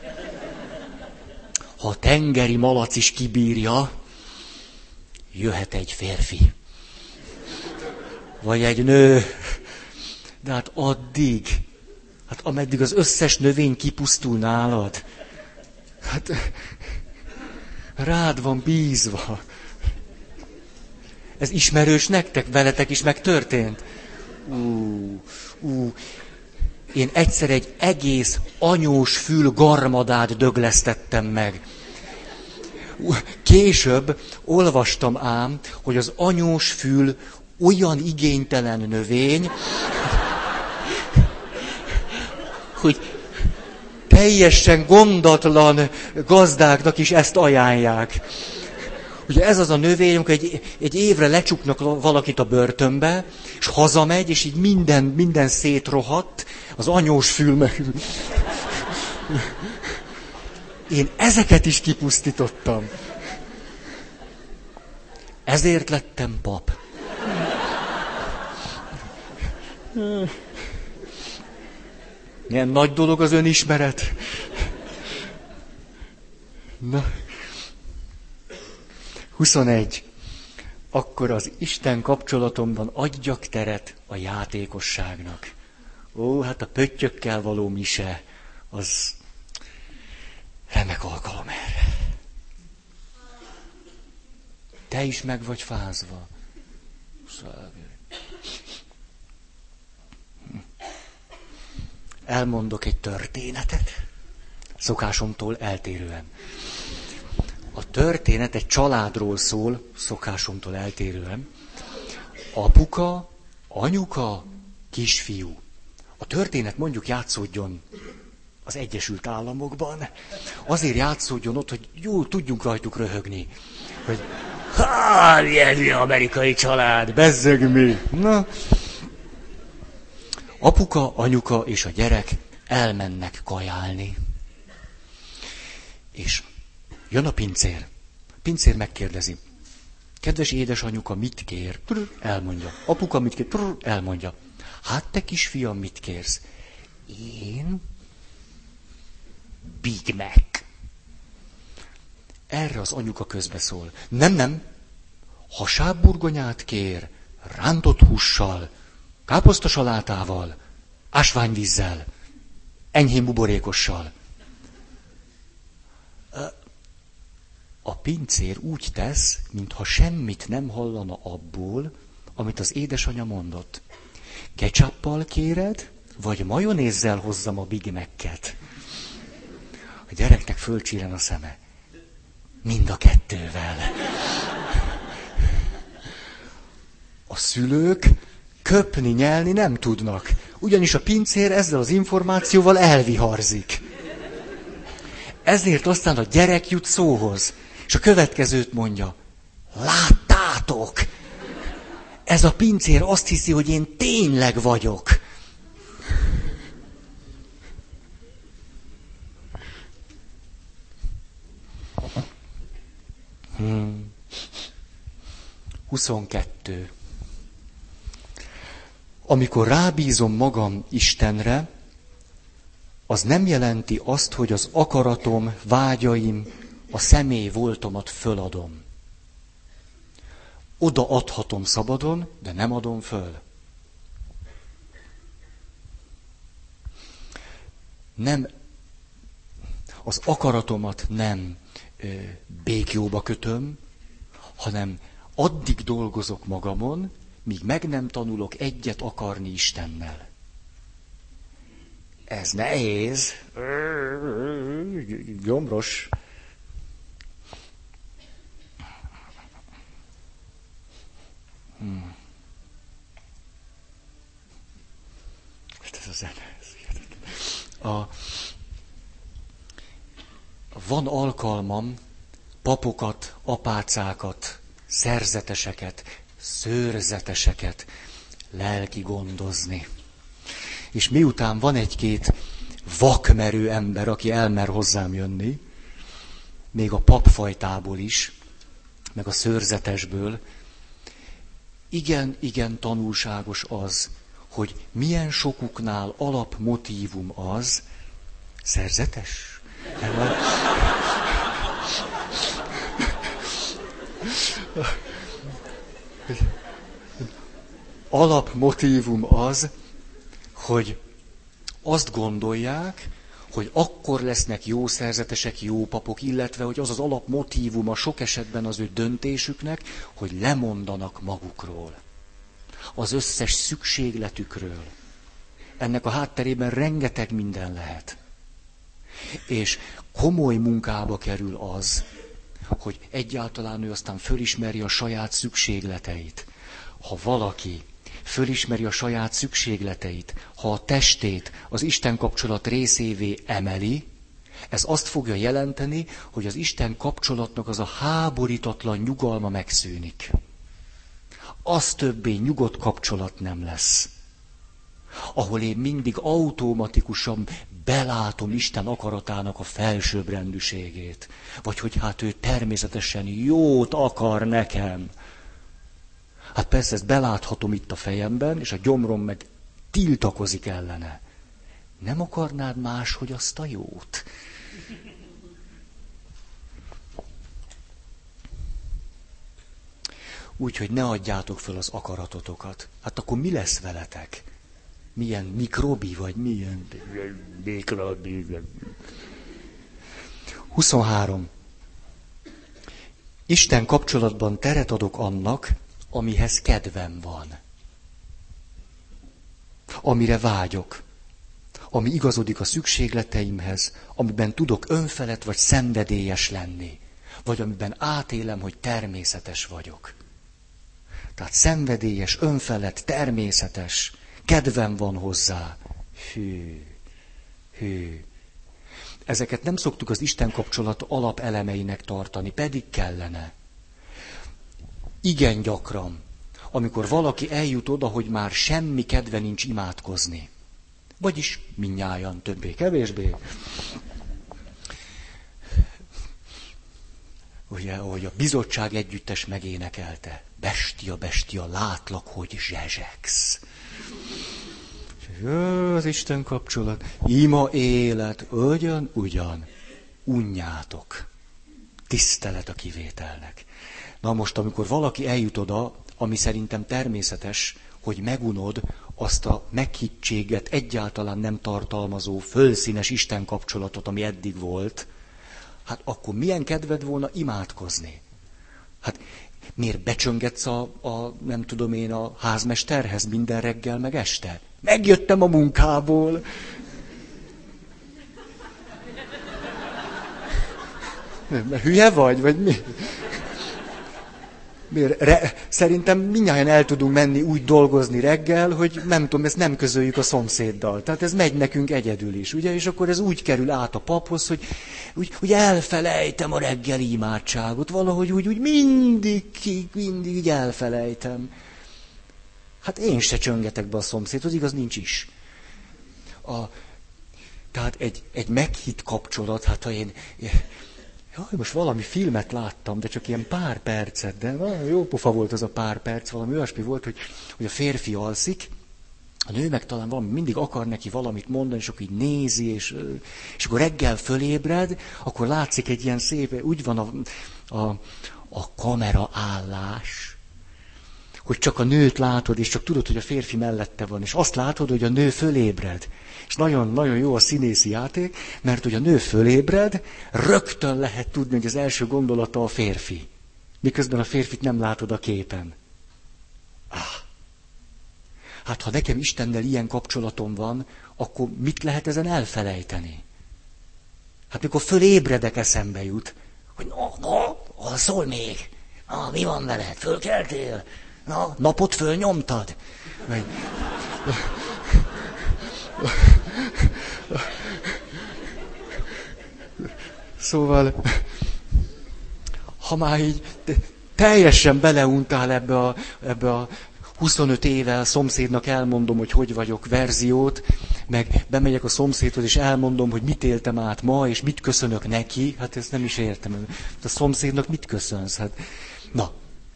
Ha a tengeri malac is kibírja, jöhet egy férfi. Vagy egy nő. De hát addig, ameddig az összes növény kipusztul nálad, hát rád van bízva. Ez ismerős nektek? Veletek is megtörtént? Én egyszer egy egész anyós fül garmadát döglesztettem meg. Később olvastam ám, hogy az anyós fül olyan igénytelen növény, hogy teljesen gondatlan gazdáknak is ezt ajánlják. Ugye ez az a növény, amikor egy évre lecsuknak valakit a börtönbe, és hazamegy, és így minden szétrohadt, az anyós fül meg... Én ezeket is kipusztítottam. Ezért lettem pap. Milyen nagy dolog az önismeret. Na. 21. Akkor az Isten kapcsolatomban adjak teret a játékosságnak. Ó, hát a pöttyökkel való mise, az remek alkalom erre. Te is meg vagy fázva. Elmondok egy történetet, szokásomtól eltérően. A történet egy családról szól, szokásomtól eltérően. Apuka, anyuka, kisfiú. A történet mondjuk játszódjon az Egyesült Államokban. Azért játszódjon ott, hogy jól tudjunk rajtuk röhögni. Hogy milyen amerikai család, bezzeg mi. Na. Apuka, anyuka és a gyerek elmennek kajálni. És jön a pincér. Pincér megkérdezi. Kedves édesanyuka, mit kér? Elmondja. Apuka, mit kér? Elmondja. Hát te kisfiam, mit kérsz? Én? Big Mac. Erre az anyuka közbeszól. Nem. Hasábburgonyát kér, rántott hússal, káposztasalátával, ásványvízzel, enyhén buborékossal. A pincér úgy tesz, mintha semmit nem hallana abból, amit az édesanyja mondott. Ketchuppal kéred, vagy majonézzel hozzam a Big Mac-et? A gyereknek fölcsíren a szeme. Mind a kettővel. A szülők köpni, nyelni nem tudnak, ugyanis a pincér ezzel az információval elviharzik. Ezért aztán a gyerek jut szóhoz, és a következőt mondja. Láttátok? Ez a pincér azt hiszi, hogy én tényleg vagyok. 22. Amikor rábízom magam Istenre, az nem jelenti azt, hogy az akaratom, vágyaim, a személy voltomat föladom. Oda adhatom szabadon, de nem adom föl. Nem, az akaratomat nem békjóba kötöm, hanem addig dolgozok magamon, míg meg nem tanulok egyet akarni Istennel. Ez nehéz. Gyomros. Ez a zene. Van alkalmam papokat, apácákat, szerzeteseket, szőrzeteseket lelki gondozni. És miután van egy-két vakmerő ember, aki elmer hozzám jönni, még a papfajtából is, meg a szőrzetesből, igen tanulságos az, hogy milyen sokuknál alapmotívum az, szerzetes? Alapmotívum az, hogy azt gondolják, hogy akkor lesznek jó szerzetesek, jó papok, illetve hogy az az alapmotívuma sok esetben az ő döntésüknek, hogy lemondanak magukról, az összes szükségletükről. Ennek a hátterében rengeteg minden lehet. És komoly munkába kerül az, hogy egyáltalán ő aztán fölismeri a saját szükségleteit. Ha valaki fölismeri a saját szükségleteit, ha a testét az Isten kapcsolat részévé emeli, ez azt fogja jelenteni, hogy az Isten kapcsolatnak az a háborítatlan nyugalma megszűnik. Az többé nyugodt kapcsolat nem lesz. Ahol én mindig automatikusan belátom Isten akaratának a felsőbbrendűségét. Vagy hogy hát ő természetesen jót akar nekem. Hát persze ezt beláthatom itt a fejemben, és a gyomrom meg tiltakozik ellene. Nem akarnád máshogy azt a jót? Úgyhogy ne adjátok föl az akaratotokat. Hát akkor mi lesz veletek? Milyen mikrobi, vagy milyen mikrobi? 23. Isten kapcsolatban teret adok annak, amihez kedvem van. Amire vágyok. Ami igazodik a szükségleteimhez, amiben tudok önfelett vagy szenvedélyes lenni. Vagy amiben átélem, hogy természetes vagyok. Tehát szenvedélyes, önfelett, természetes. Kedvem van hozzá. Hű. Ezeket nem szoktuk az Isten kapcsolat alapelemeinek tartani, pedig kellene. Igen gyakran, amikor valaki eljut oda, hogy már semmi kedve nincs imádkozni. Vagyis mindnyájan, többé-kevésbé. Ugye, ahogy a bizottság együttes megénekelte. Bestia, bestia, látlak, hogy zsezsegsz. Az Isten kapcsolat, ima élet, ugyan, unjátok. Tisztelet a kivételnek. Na most, amikor valaki eljut oda, ami szerintem természetes, hogy megunod azt a meghittséget egyáltalán nem tartalmazó, fölszínes Isten kapcsolatot, ami eddig volt, hát akkor milyen kedved volna imádkozni? Hát miért becsöngetsz nem tudom én, a házmesterhez minden reggel meg este? Megjöttem a munkából. Hülye vagy mi? Szerintem mindnyájan el tudunk menni úgy dolgozni reggel, hogy nem tudom, ezt nem közöljük a szomszéddal. Tehát ez megy nekünk egyedül is, ugye? És akkor ez úgy kerül át a paphoz, hogy úgy elfelejtem a reggeli imádságot. Valahogy úgy mindig így elfelejtem. Hát én se csöngetek be a szomszédhoz, igaz, nincs is. Tehát egy meghitt kapcsolat, hát ha én... Jaj, most valami filmet láttam, de csak ilyen pár percet, de jó pofa volt az a pár perc, valami olyasmi volt, hogy a férfi alszik, a nő meg talán valami, mindig akar neki valamit mondani, és akkor így nézi, és akkor reggel fölébred, akkor látszik egy ilyen szép, úgy van a kamera állás, hogy csak a nőt látod, és csak tudod, hogy a férfi mellette van, és azt látod, hogy a nő fölébred. És nagyon-nagyon jó a színészi játék, mert hogy a nő fölébred, rögtön lehet tudni, hogy az első gondolata a férfi. Miközben a férfit nem látod a képen. Hát ha nekem Istennel ilyen kapcsolatom van, akkor mit lehet ezen elfelejteni? Hát mikor fölébredek, eszembe jut, hogy alszol még? Na, mi van veled? Fölkeltél? Na, napot fölnyomtad? Vagy... Szóval, ha már így teljesen beleuntál ebbe a 25 éve a szomszédnak elmondom, hogy vagyok verziót, meg bemegyek a szomszédhoz, és elmondom, hogy mit éltem át ma, és mit köszönök neki, hát ezt nem is értem. A szomszédnak mit köszönsz? Hát... Na,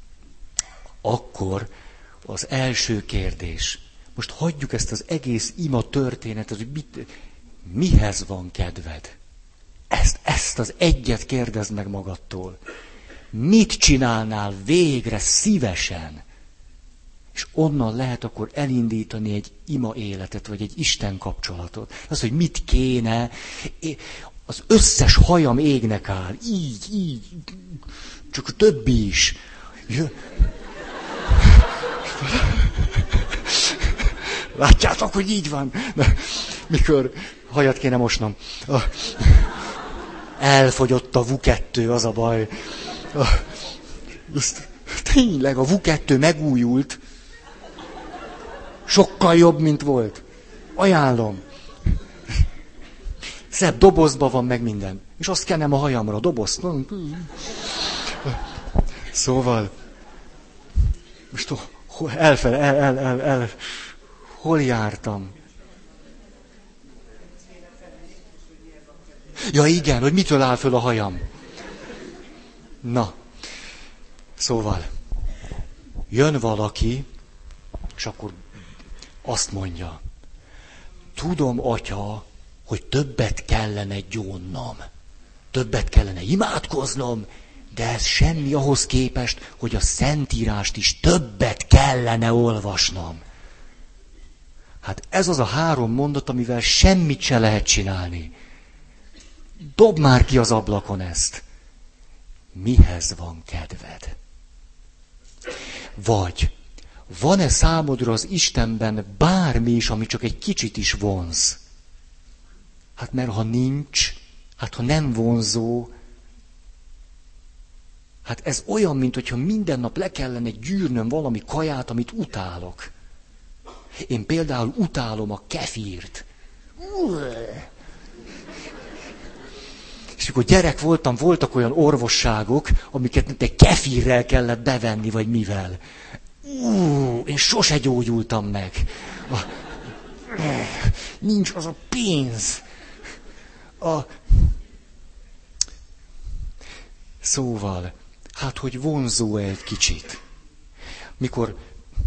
akkor az első kérdés. Most hagyjuk ezt az egész ima történetet, hogy mihez van kedved? Ezt az egyet kérdezd meg magadtól. Mit csinálnál végre szívesen? És onnan lehet akkor elindítani egy ima életet, vagy egy Isten kapcsolatot. Az, hogy mit kéne, az összes hajam égnek áll. Így, csak a többi is. Látjátok, hogy így van? Mikor hajat kéne mosnom. Elfogyott a VU2, az a baj. Tényleg, a VU2 megújult. Sokkal jobb, mint volt. Ajánlom. Szebb dobozban van meg minden. És azt kennem a hajamra, a dobozt. Szóval, most hol jártam? Ja igen, hogy mitől áll föl a hajam. Na, szóval, jön valaki, és akkor azt mondja, tudom, Atya, hogy többet kellene gyónnom, többet kellene imádkoznom, de ez semmi ahhoz képest, hogy a Szentírást is többet kellene olvasnom. Hát ez az a 3 mondat, amivel semmit se lehet csinálni. Dob már ki az ablakon ezt. Mihez van kedved? Vagy van-e számodra az Istenben bármi is, ami csak egy kicsit is vonz? Hát mert ha nincs, hát ha nem vonzó, hát ez olyan, mintha minden nap le kellene gyűrnöm valami kaját, amit utálok. Én például utálom a kefírt. És amikor gyerek voltam, voltak olyan orvosságok, amiket kefírrel kellett bevenni, vagy mivel. Én sose gyógyultam meg. Nincs az a pénz. Szóval, hát hogy vonzó egy kicsit. Mikor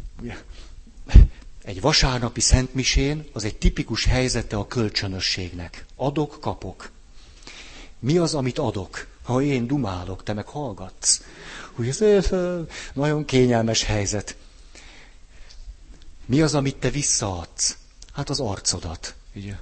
egy vasárnapi szentmisén, az egy tipikus helyzete a kölcsönösségnek. Adok, kapok. Mi az, amit adok? Ha én dumálok, te meg hallgatsz. Úgy ez nagyon kényelmes helyzet. Mi az, amit te visszaadsz? Hát az arcodat. Ugye?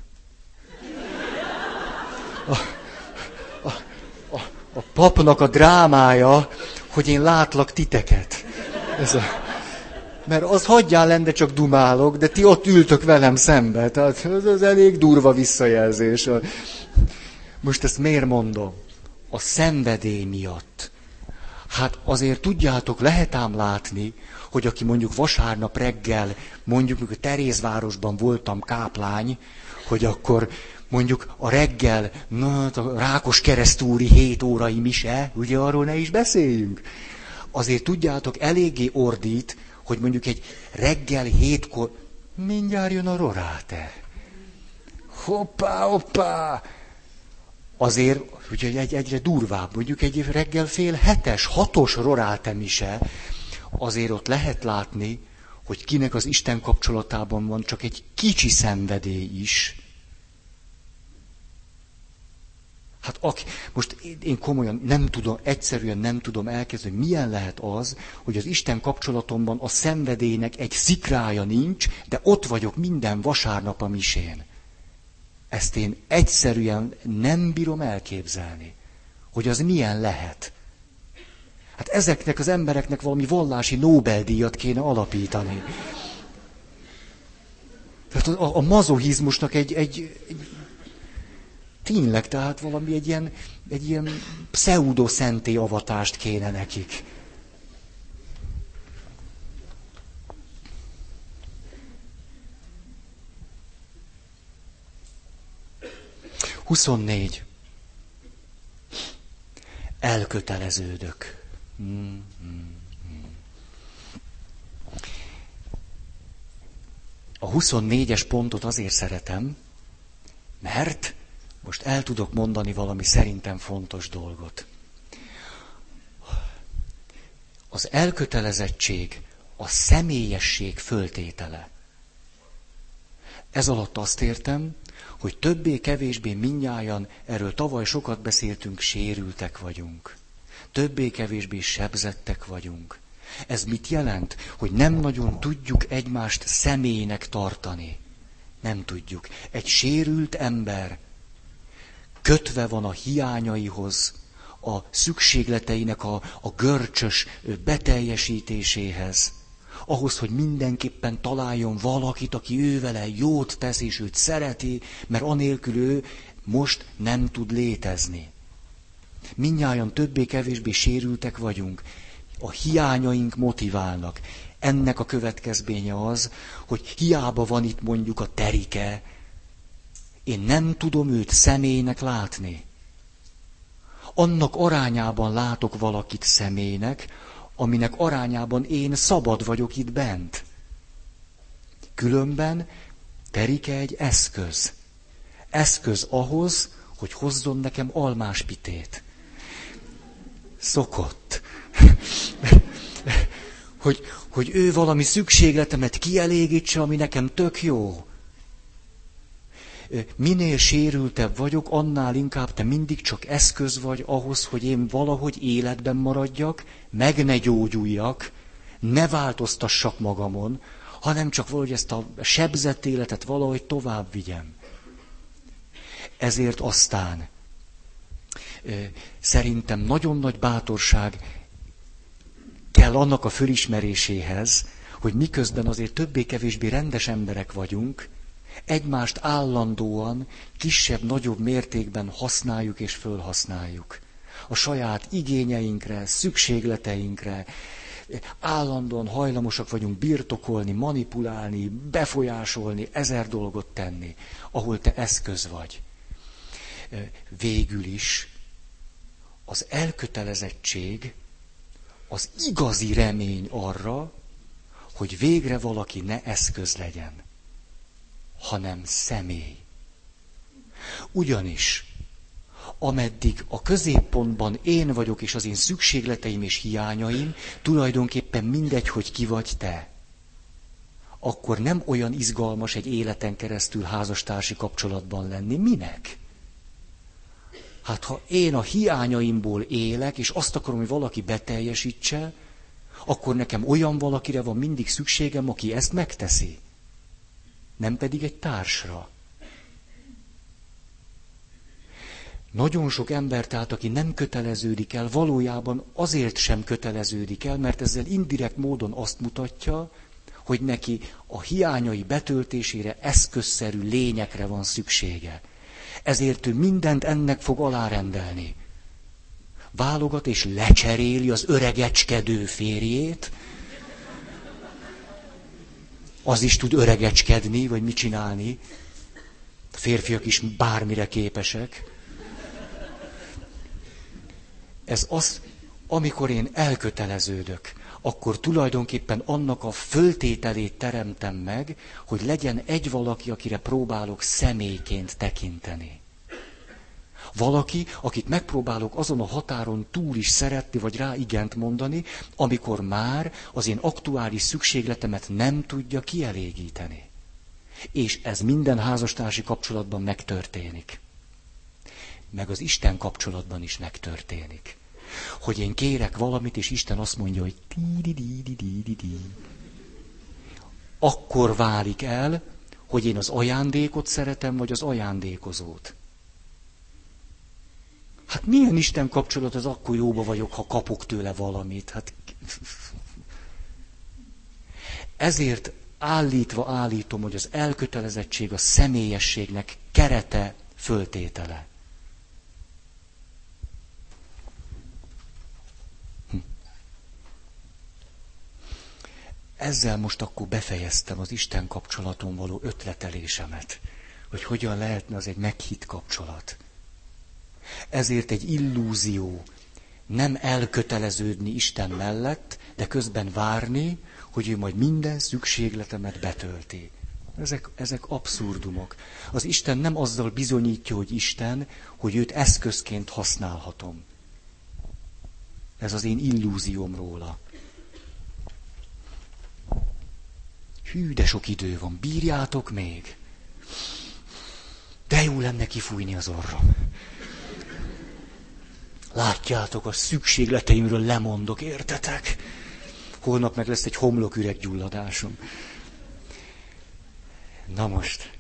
A papnak a drámája, hogy én látlak titeket. Mert az hagyjál lenne, csak dumálok, de ti ott ültök velem szembe. Tehát ez elég durva visszajelzés. Most ezt miért mondom? A szenvedély miatt. Hát azért tudjátok, lehet ám látni, hogy aki mondjuk vasárnap reggel, mondjuk mikor Terézvárosban voltam káplány, hogy akkor mondjuk a reggel, a Rákoskeresztúri 7 órai mise, ugye arról ne is beszéljünk. Azért tudjátok, eléggé ordít, hogy mondjuk egy reggel 7-kor, mindjárt jön a roráte. Hoppá! Azért, hogy egyre durvább, mondjuk egy reggel fél 7-es, 6-os roráte mise, azért ott lehet látni, hogy kinek az Isten kapcsolatában van csak egy kicsi szenvedély is. Hát most én komolyan egyszerűen nem tudom elkezdeni, milyen lehet az, hogy az Isten kapcsolatomban a szenvedélynek egy szikrája nincs, de ott vagyok minden vasárnap a misén. Ezt én egyszerűen nem bírom elképzelni, hogy az milyen lehet. Hát ezeknek az embereknek valami vallási Nobel-díjat kéne alapítani. Tehát a mazochizmusnak egy tényleg, tehát valami egy ilyen pseudo-szenté avatást kéne nekik. Huszonnégy. Elköteleződök. A 24-es pontot azért szeretem, mert most el tudok mondani valami szerintem fontos dolgot. Az elkötelezettség a személyesség föltétele. Ez alatt azt értem, hogy többé-kevésbé mindnyájan, erről tavaly sokat beszéltünk, sérültek vagyunk. Többé-kevésbé sebzettek vagyunk. Ez mit jelent? Hogy nem nagyon tudjuk egymást személynek tartani. Nem tudjuk. Egy sérült ember kötve van a hiányaihoz, a szükségleteinek a görcsös beteljesítéséhez. Ahhoz, hogy mindenképpen találjon valakit, aki ővele jót tesz, és őt szereti, mert anélkül ő most nem tud létezni. Mindnyájan többé-kevésbé sérültek vagyunk. A hiányaink motiválnak. Ennek a következménye az, hogy hiába van itt mondjuk a Terike, én nem tudom őt személynek látni. Annak arányában látok valakit személynek, aminek arányában én szabad vagyok itt bent. Különben Terike egy eszköz. Eszköz ahhoz, hogy hozzon nekem almáspitét. Szokott. hogy ő valami szükségletemet kielégítse, ami nekem tök jó. Minél sérültebb vagyok, annál inkább te mindig csak eszköz vagy ahhoz, hogy én valahogy életben maradjak, meg ne gyógyuljak, ne változtassak magamon, hanem csak valahogy ezt a sebzett életet valahogy tovább vigyem. Ezért aztán szerintem nagyon nagy bátorság kell annak a fölismeréséhez, hogy miközben azért többé-kevésbé rendes emberek vagyunk, egymást állandóan, kisebb-nagyobb mértékben használjuk és fölhasználjuk. A saját igényeinkre, szükségleteinkre, állandóan hajlamosak vagyunk birtokolni, manipulálni, befolyásolni, 1000 dolgot tenni, ahol te eszköz vagy. Végül is az elkötelezettség az igazi remény arra, hogy végre valaki ne eszköz legyen, hanem személy. Ugyanis, ameddig a középpontban én vagyok, és az én szükségleteim és hiányaim, tulajdonképpen mindegy, hogy ki vagy te, akkor nem olyan izgalmas egy életen keresztül házastársi kapcsolatban lenni. Minek? Hát ha én a hiányaimból élek, és azt akarom, hogy valaki beteljesítse, akkor nekem olyan valakire van mindig szükségem, aki ezt megteszi. Nem pedig egy társra. Nagyon sok ember, tehát aki nem köteleződik el, valójában azért sem köteleződik el, mert ezzel indirekt módon azt mutatja, hogy neki a hiányai betöltésére eszközszerű lényekre van szüksége. Ezért ő mindent ennek fog alárendelni. Válogat és lecseréli az öregecskedő férjét. Az is tud öregecskedni, vagy mit csinálni. A férfiak is bármire képesek. Ez az, amikor én elköteleződök, akkor tulajdonképpen annak a föltételét teremtem meg, hogy legyen egy valaki, akire próbálok személyként tekinteni. Valaki, akit megpróbálok azon a határon túl is szeretni, vagy rá igent mondani, amikor már az én aktuális szükségletemet nem tudja kielégíteni. És ez minden házastársi kapcsolatban megtörténik. Meg az Isten kapcsolatban is megtörténik. Hogy én kérek valamit, és Isten azt mondja, hogy ti-di-di-di-di-di. Akkor válik el, hogy én az ajándékot szeretem, vagy az ajándékozót. Hát milyen Isten kapcsolat az, akkor jóba vagyok, ha kapok tőle valamit. Hát... Ezért állítom, hogy az elkötelezettség a személyességnek kerete, föltétele. Ezzel most akkor befejeztem az Isten kapcsolaton való ötletelésemet, hogy hogyan lehetne az egy meghitt kapcsolat. Ezért egy illúzió nem elköteleződni Isten mellett, de közben várni, hogy ő majd minden szükségletemet betölti. Ezek abszurdumok. Az Isten nem azzal bizonyítja, hogy Isten, hogy őt eszközként használhatom. Ez az én illúzióm róla. Hű, de sok idő van, bírjátok még? De jó lenne kifújni az orrom. Látjátok, a szükségleteimről lemondok, értetek? Holnap meg lesz egy homloküreggyulladásom. Na most,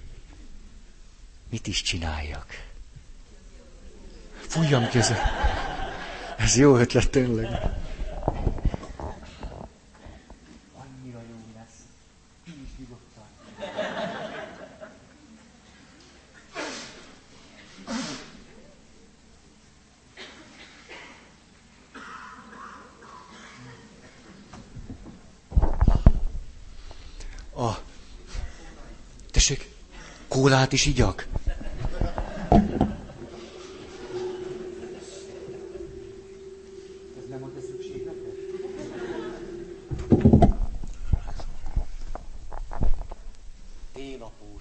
mit is csináljak? Fújjam ki ez jó ötlet tényleg. Annyira jó lesz. Ki is nyugodtan. Tessék, kólát is igyak? Ez nem a te szükségleted? Télapós.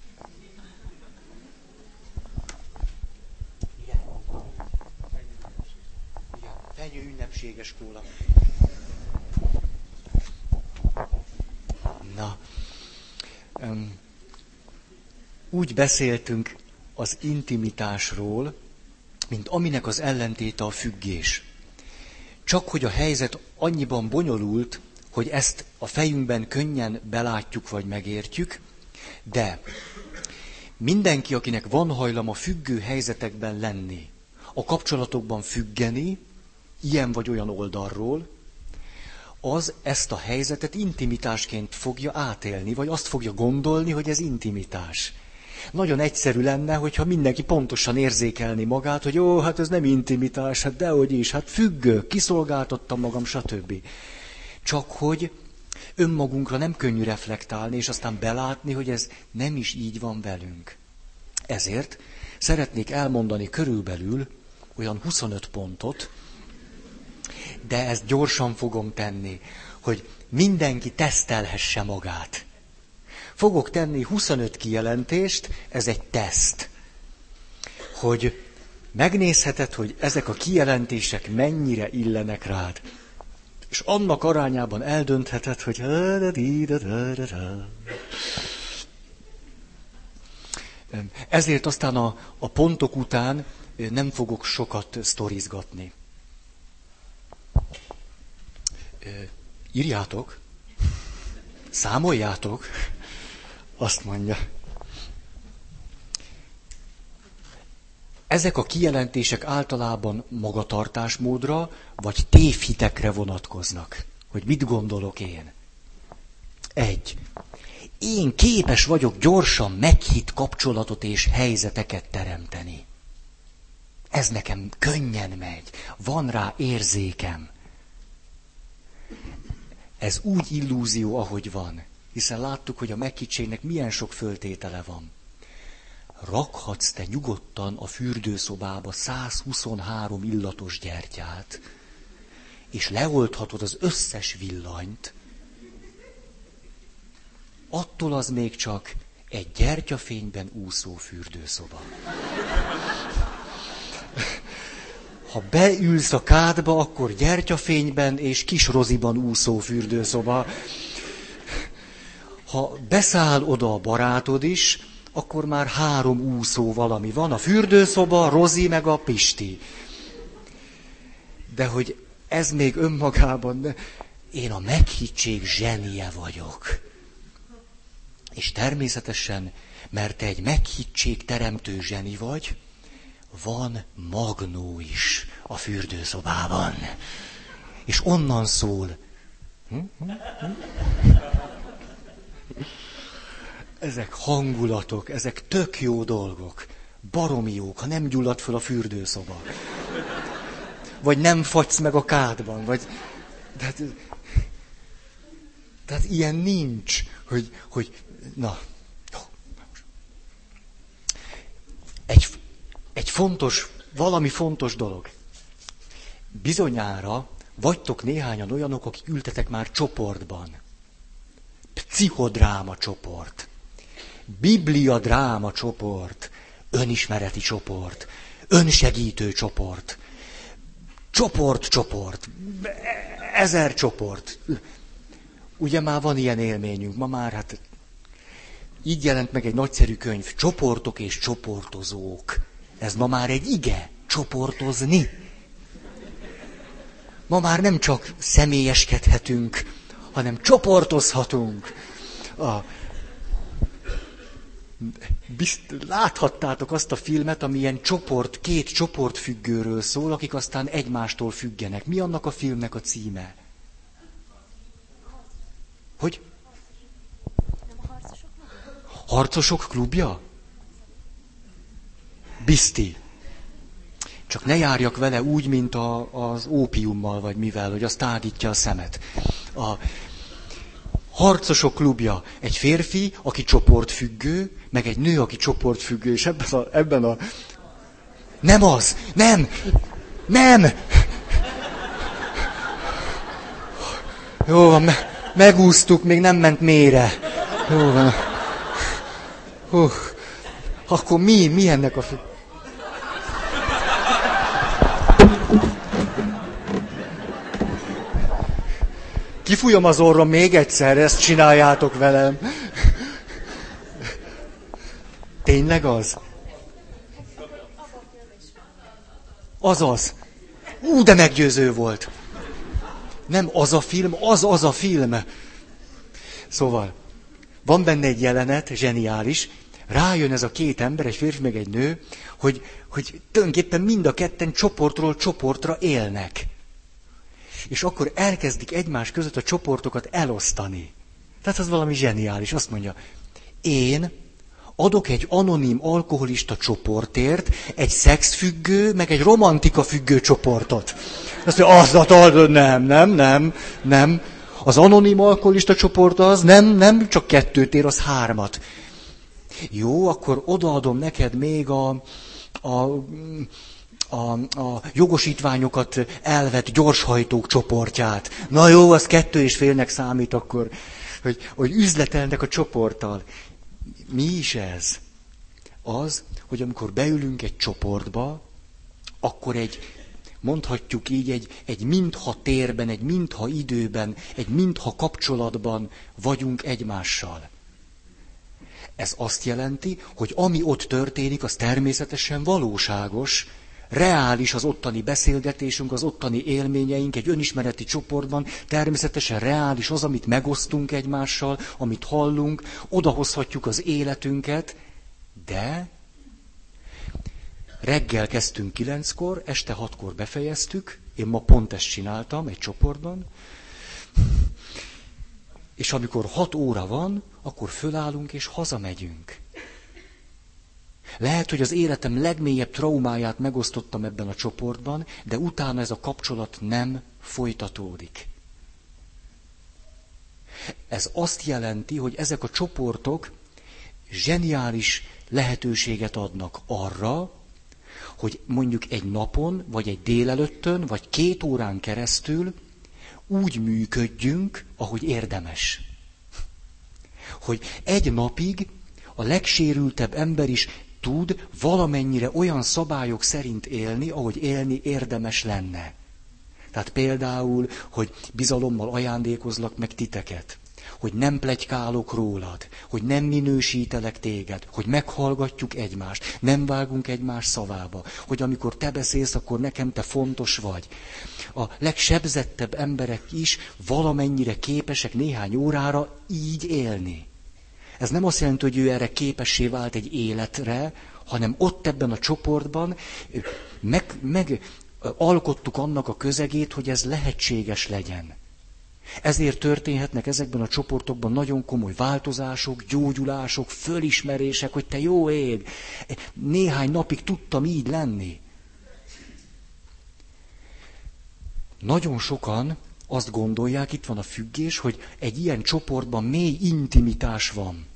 Igen. Igen, fenyő ünnepséges kóla. Na. Úgy beszéltünk az intimitásról, mint aminek az ellentéte a függés. Csak hogy a helyzet annyiban bonyolult, hogy ezt a fejünkben könnyen belátjuk vagy megértjük, de mindenki, akinek van hajlama függő helyzetekben lenni, a kapcsolatokban függeni, ilyen vagy olyan oldalról, az ezt a helyzetet intimitásként fogja átélni, vagy azt fogja gondolni, hogy ez intimitás. Nagyon egyszerű lenne, hogyha mindenki pontosan érzékelni magát, hogy ó, hát ez nem intimitás, hát dehogy is, hát függő, kiszolgáltattam magam, stb. Csak hogy önmagunkra nem könnyű reflektálni, és aztán belátni, hogy ez nem is így van velünk. Ezért szeretnék elmondani körülbelül olyan 25 pontot, de ezt gyorsan fogom tenni, hogy mindenki tesztelhesse magát. Fogok tenni 25 kijelentést, ez egy teszt, hogy megnézheted, hogy ezek a kijelentések mennyire illenek rád. És annak arányában eldöntheted, hogy... Ezért aztán a pontok után nem fogok sokat sztorizgatni. Írjátok, számoljátok, azt mondja. Ezek a kijelentések általában magatartásmódra vagy tévhitekre vonatkoznak. Hogy mit gondolok én? 1. Én képes vagyok gyorsan meghitt kapcsolatot és helyzeteket teremteni. Ez nekem könnyen megy, van rá érzékem. Ez úgy illúzió, ahogy van, hiszen láttuk, hogy a meghittségnek milyen sok föltétele van. Rakhatsz te nyugodtan a fürdőszobába 123 illatos gyertyát, és leolthatod az összes villanyt, attól az még csak egy gyertyafényben úszó fürdőszoba. Ha beülsz a kádba, akkor gyertyafényben és kis roziban úszó fürdőszoba. Ha beszáll oda a barátod is, akkor már 3 úszó valami van, a fürdőszoba, Rozi meg a Pisti. De hogy ez még önmagában, én a meghittség zsenie vagyok. És természetesen, mert te egy meghittség teremtő zseni vagy, van magnó is a fürdőszobában. És onnan szól. ezek hangulatok, ezek tök jó dolgok. Baromi jók, ha nem gyullad föl a fürdőszoba. Vagy nem fagysz meg a kádban, vagy... Tehát ilyen nincs, hogy na... Egy fontos, valami fontos dolog. Bizonyára vagytok néhányan olyanok, akik ültetek már csoportban. Pszichodráma csoport, bibliadráma csoport, önismereti csoport, önsegítő csoport, csoport, 1000 csoport. Ugye már van ilyen élményünk, ma már hát így jelent meg egy nagyszerű könyv, Csoportok és csoportozók. Ez ma már egy ige, csoportozni. Ma már nem csak személyeskedhetünk, hanem csoportozhatunk. Láthattátok azt a filmet, ami ilyen két csoportfüggőről szól, akik aztán egymástól függenek. Mi annak a filmnek a címe? Hogy? Harcosok klubja? Bizti. Csak ne járjak vele úgy, mint az ópiummal, vagy mivel, hogy az tágítja a szemet. A harcosok klubja. Egy férfi, aki csoportfüggő, meg egy nő, aki csoportfüggő, és ebben a... Nem az! Nem! Jó van, megúsztuk, még nem ment mélyre. Jó van. Akkor mi ennek a... Kifújom az orrom még egyszer, ezt csináljátok velem. Tényleg az? Azaz. De meggyőző volt. Nem az a film, az a film. Szóval, van benne egy jelenet, zseniális, rájön ez a két ember, egy férfi meg egy nő, hogy tulajdonképpen mind a ketten csoportról csoportra élnek. És akkor elkezdik egymás között a csoportokat elosztani. Tehát az valami zseniális. Azt mondja, én adok egy anonim alkoholista csoportért egy szexfüggő, meg egy romantika függő csoportot. Azt mondja, nem. Az anonim alkoholista csoport az nem, csak 2 ér, az 3. Jó, akkor odaadom neked még a jogosítványokat elvett gyorshajtók csoportját. Na jó, az 2,5-nek számít akkor, hogy üzletelnek a csoporttal. Mi is ez? Az, hogy amikor beülünk egy csoportba, akkor mondhatjuk így, egy mintha térben, egy mintha időben, egy mintha kapcsolatban vagyunk egymással. Ez azt jelenti, hogy ami ott történik, az természetesen valóságos, reális az ottani beszélgetésünk, az ottani élményeink egy önismereti csoportban, természetesen reális az, amit megosztunk egymással, amit hallunk, odahozhatjuk az életünket, de reggel kezdtünk 9-kor, este 6-kor befejeztük, én ma pont ezt csináltam egy csoportban, és amikor 6 óra van, akkor fölállunk és hazamegyünk. Lehet, hogy az életem legmélyebb traumáját megosztottam ebben a csoportban, de utána ez a kapcsolat nem folytatódik. Ez azt jelenti, hogy ezek a csoportok zseniális lehetőséget adnak arra, hogy mondjuk egy napon, vagy egy délelőttön, vagy 2 órán keresztül úgy működjünk, ahogy érdemes. Hogy egy napig a legsérültebb ember is tud valamennyire olyan szabályok szerint élni, ahogy élni érdemes lenne. Tehát például, hogy bizalommal ajándékozlak meg titeket, hogy nem pletykálok rólad, hogy nem minősítelek téged, hogy meghallgatjuk egymást, nem vágunk egymás szavába, hogy amikor te beszélsz, akkor nekem te fontos vagy. A legsebzettebb emberek is valamennyire képesek néhány órára így élni. Ez nem azt jelenti, hogy ő erre képessé vált egy életre, hanem ott ebben a csoportban megalkottuk annak a közegét, hogy ez lehetséges legyen. Ezért történhetnek ezekben a csoportokban nagyon komoly változások, gyógyulások, fölismerések, hogy te jó ég, néhány napig tudtam így lenni. Nagyon sokan azt gondolják, itt van a függés, hogy egy ilyen csoportban mély intimitás van.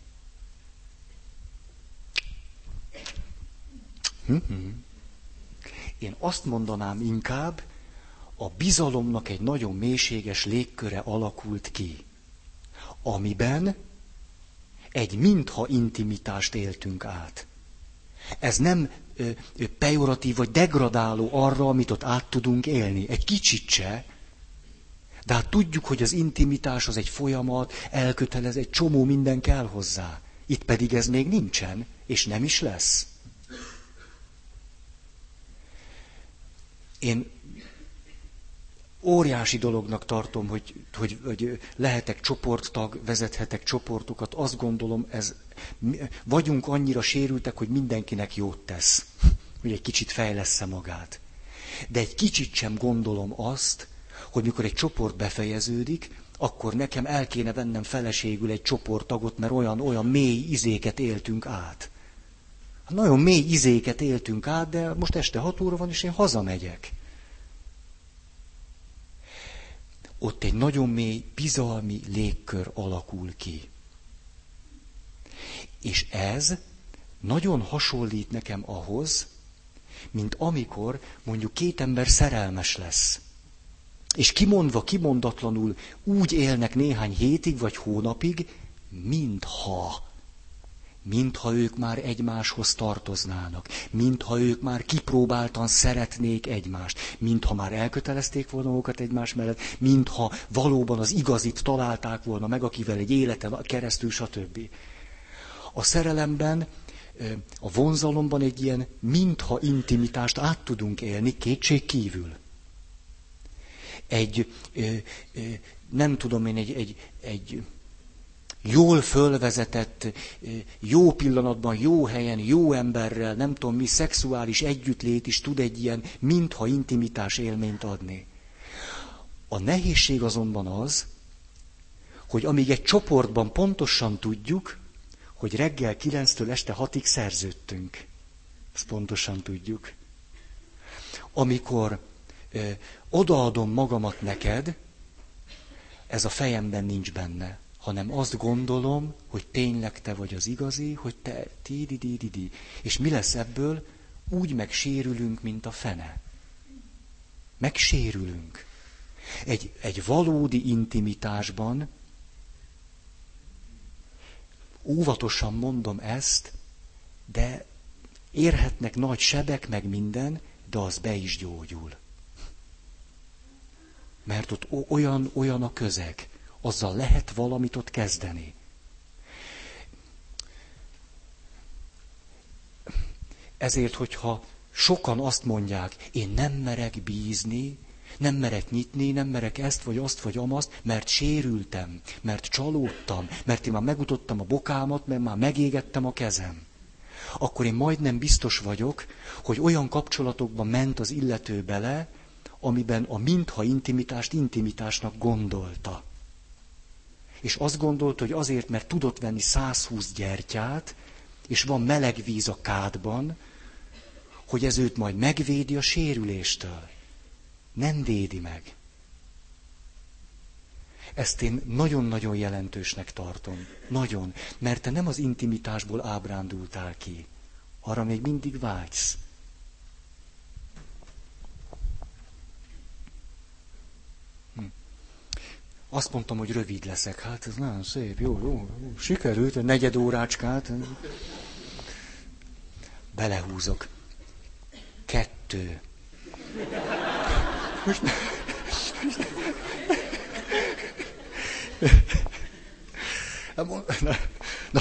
Én azt mondanám inkább, a bizalomnak egy nagyon mélységes légköre alakult ki, amiben egy mintha intimitást éltünk át. Ez nem pejoratív vagy degradáló arra, amit ott át tudunk élni. Egy kicsit se, de hát tudjuk, hogy az intimitás az egy folyamat, elkötelez, egy csomó minden kell hozzá. Itt pedig ez még nincsen, és nem is lesz. Én óriási dolognak tartom, hogy lehetek csoporttag, vezethetek csoportokat. Azt gondolom, vagyunk annyira sérültek, hogy mindenkinek jót tesz, hogy egy kicsit fejlessze magát. De egy kicsit sem gondolom azt, hogy mikor egy csoport befejeződik, akkor nekem el kéne vennem feleségül egy csoporttagot, mert olyan mély izéket éltünk át. Nagyon mély izéket éltünk át, de most este 6 óra van, és én hazamegyek. Ott egy nagyon mély bizalmi légkör alakul ki. És ez nagyon hasonlít nekem ahhoz, mint amikor mondjuk két ember szerelmes lesz. És kimondva, kimondatlanul úgy élnek néhány hétig vagy hónapig, mintha ők már egymáshoz tartoznának, mintha ők már kipróbáltan szeretnék egymást, mintha már elkötelezték volna magukat egymás mellett, mintha valóban az igazit találták volna meg, akivel egy életen keresztül, stb. A szerelemben, a vonzalomban egy ilyen mintha intimitást át tudunk élni, kétség kívül. Nem tudom én, egy jól fölvezetett, jó pillanatban, jó helyen, jó emberrel, nem tudom mi, szexuális együttlét is tud egy ilyen mintha intimitás élményt adni. A nehézség azonban az, hogy amíg egy csoportban pontosan tudjuk, hogy reggel 9-től este 6-ig szerződtünk. Ezt pontosan tudjuk. Amikor odaadom magamat neked, ez a fejemben nincs benne, hanem azt gondolom, hogy tényleg te vagy az igazi, hogy te ti-di-di-di-di. És mi lesz ebből? Úgy megsérülünk, mint a fene. Megsérülünk. Egy valódi intimitásban, óvatosan mondom ezt, de érhetnek nagy sebek, meg minden, de az be is gyógyul. Mert ott olyan a közeg, azzal lehet valamit ott kezdeni. Ezért, hogyha sokan azt mondják, én nem merek bízni, nem merek nyitni, nem merek ezt vagy azt vagy amazt, mert sérültem, mert csalódtam, mert én már megutottam a bokámat, mert már megégettem a kezem. Akkor én majdnem biztos vagyok, hogy olyan kapcsolatokban ment az illető bele, amiben a mintha intimitást intimitásnak gondolta. És azt gondolta, hogy azért, mert tudott venni 120 gyertyát, és van meleg víz a kádban, hogy ez őt majd megvédi a sérüléstől. Nem védi meg. Ezt én nagyon-nagyon jelentősnek tartom. Nagyon. Mert te nem az intimitásból ábrándultál ki. Arra még mindig vágysz. Azt mondtam, hogy rövid leszek. Hát ez nagyon szép, jó. Sikerült, egy 4 órácskát. Belehúzok. 2. Na.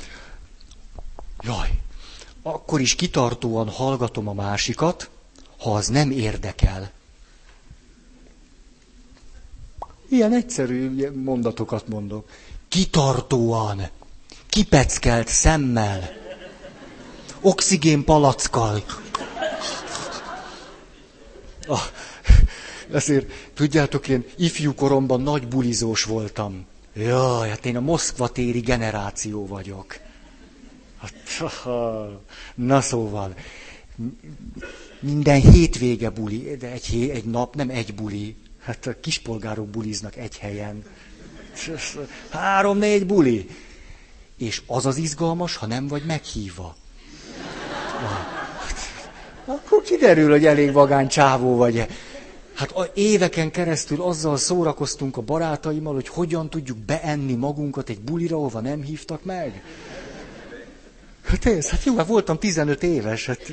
Jaj. Akkor is kitartóan hallgatom a másikat, ha az nem érdekel. Ilyen egyszerű mondatokat mondok. Kitartóan, kipeckelt szemmel, oxigénpalackkal. Ezért, tudjátok, én ifjú koromban nagy bulizós voltam. Jaj, hát én a Moszkva téri generáció vagyok. Hát, na szóval, minden hétvége buli, de egy nap nem egy buli. Hát a kispolgárok buliznak egy helyen. 3-4 buli. És az az izgalmas, ha nem vagy meghívva. Akkor kiderül, hogy elég vagány csávó vagy. Hát éveken keresztül azzal szórakoztunk a barátaimmal, hogy hogyan tudjuk beenni magunkat egy bulira, ahova nem hívtak meg. Hát jó, hát voltam 15 éves, hát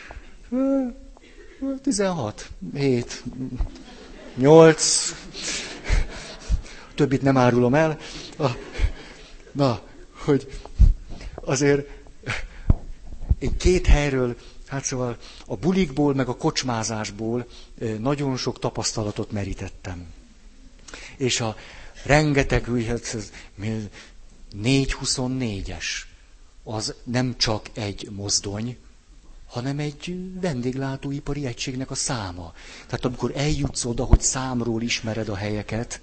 16, 7, 8, többit nem árulom el. Na, hogy azért én 2 helyről, hát szóval a bulikból, meg a kocsmázásból nagyon sok tapasztalatot merítettem. És a rengeteg, 424-es, az nem csak egy mozdony, hanem egy vendéglátóipari egységnek a száma. Tehát amikor eljutsz oda, hogy számról ismered a helyeket,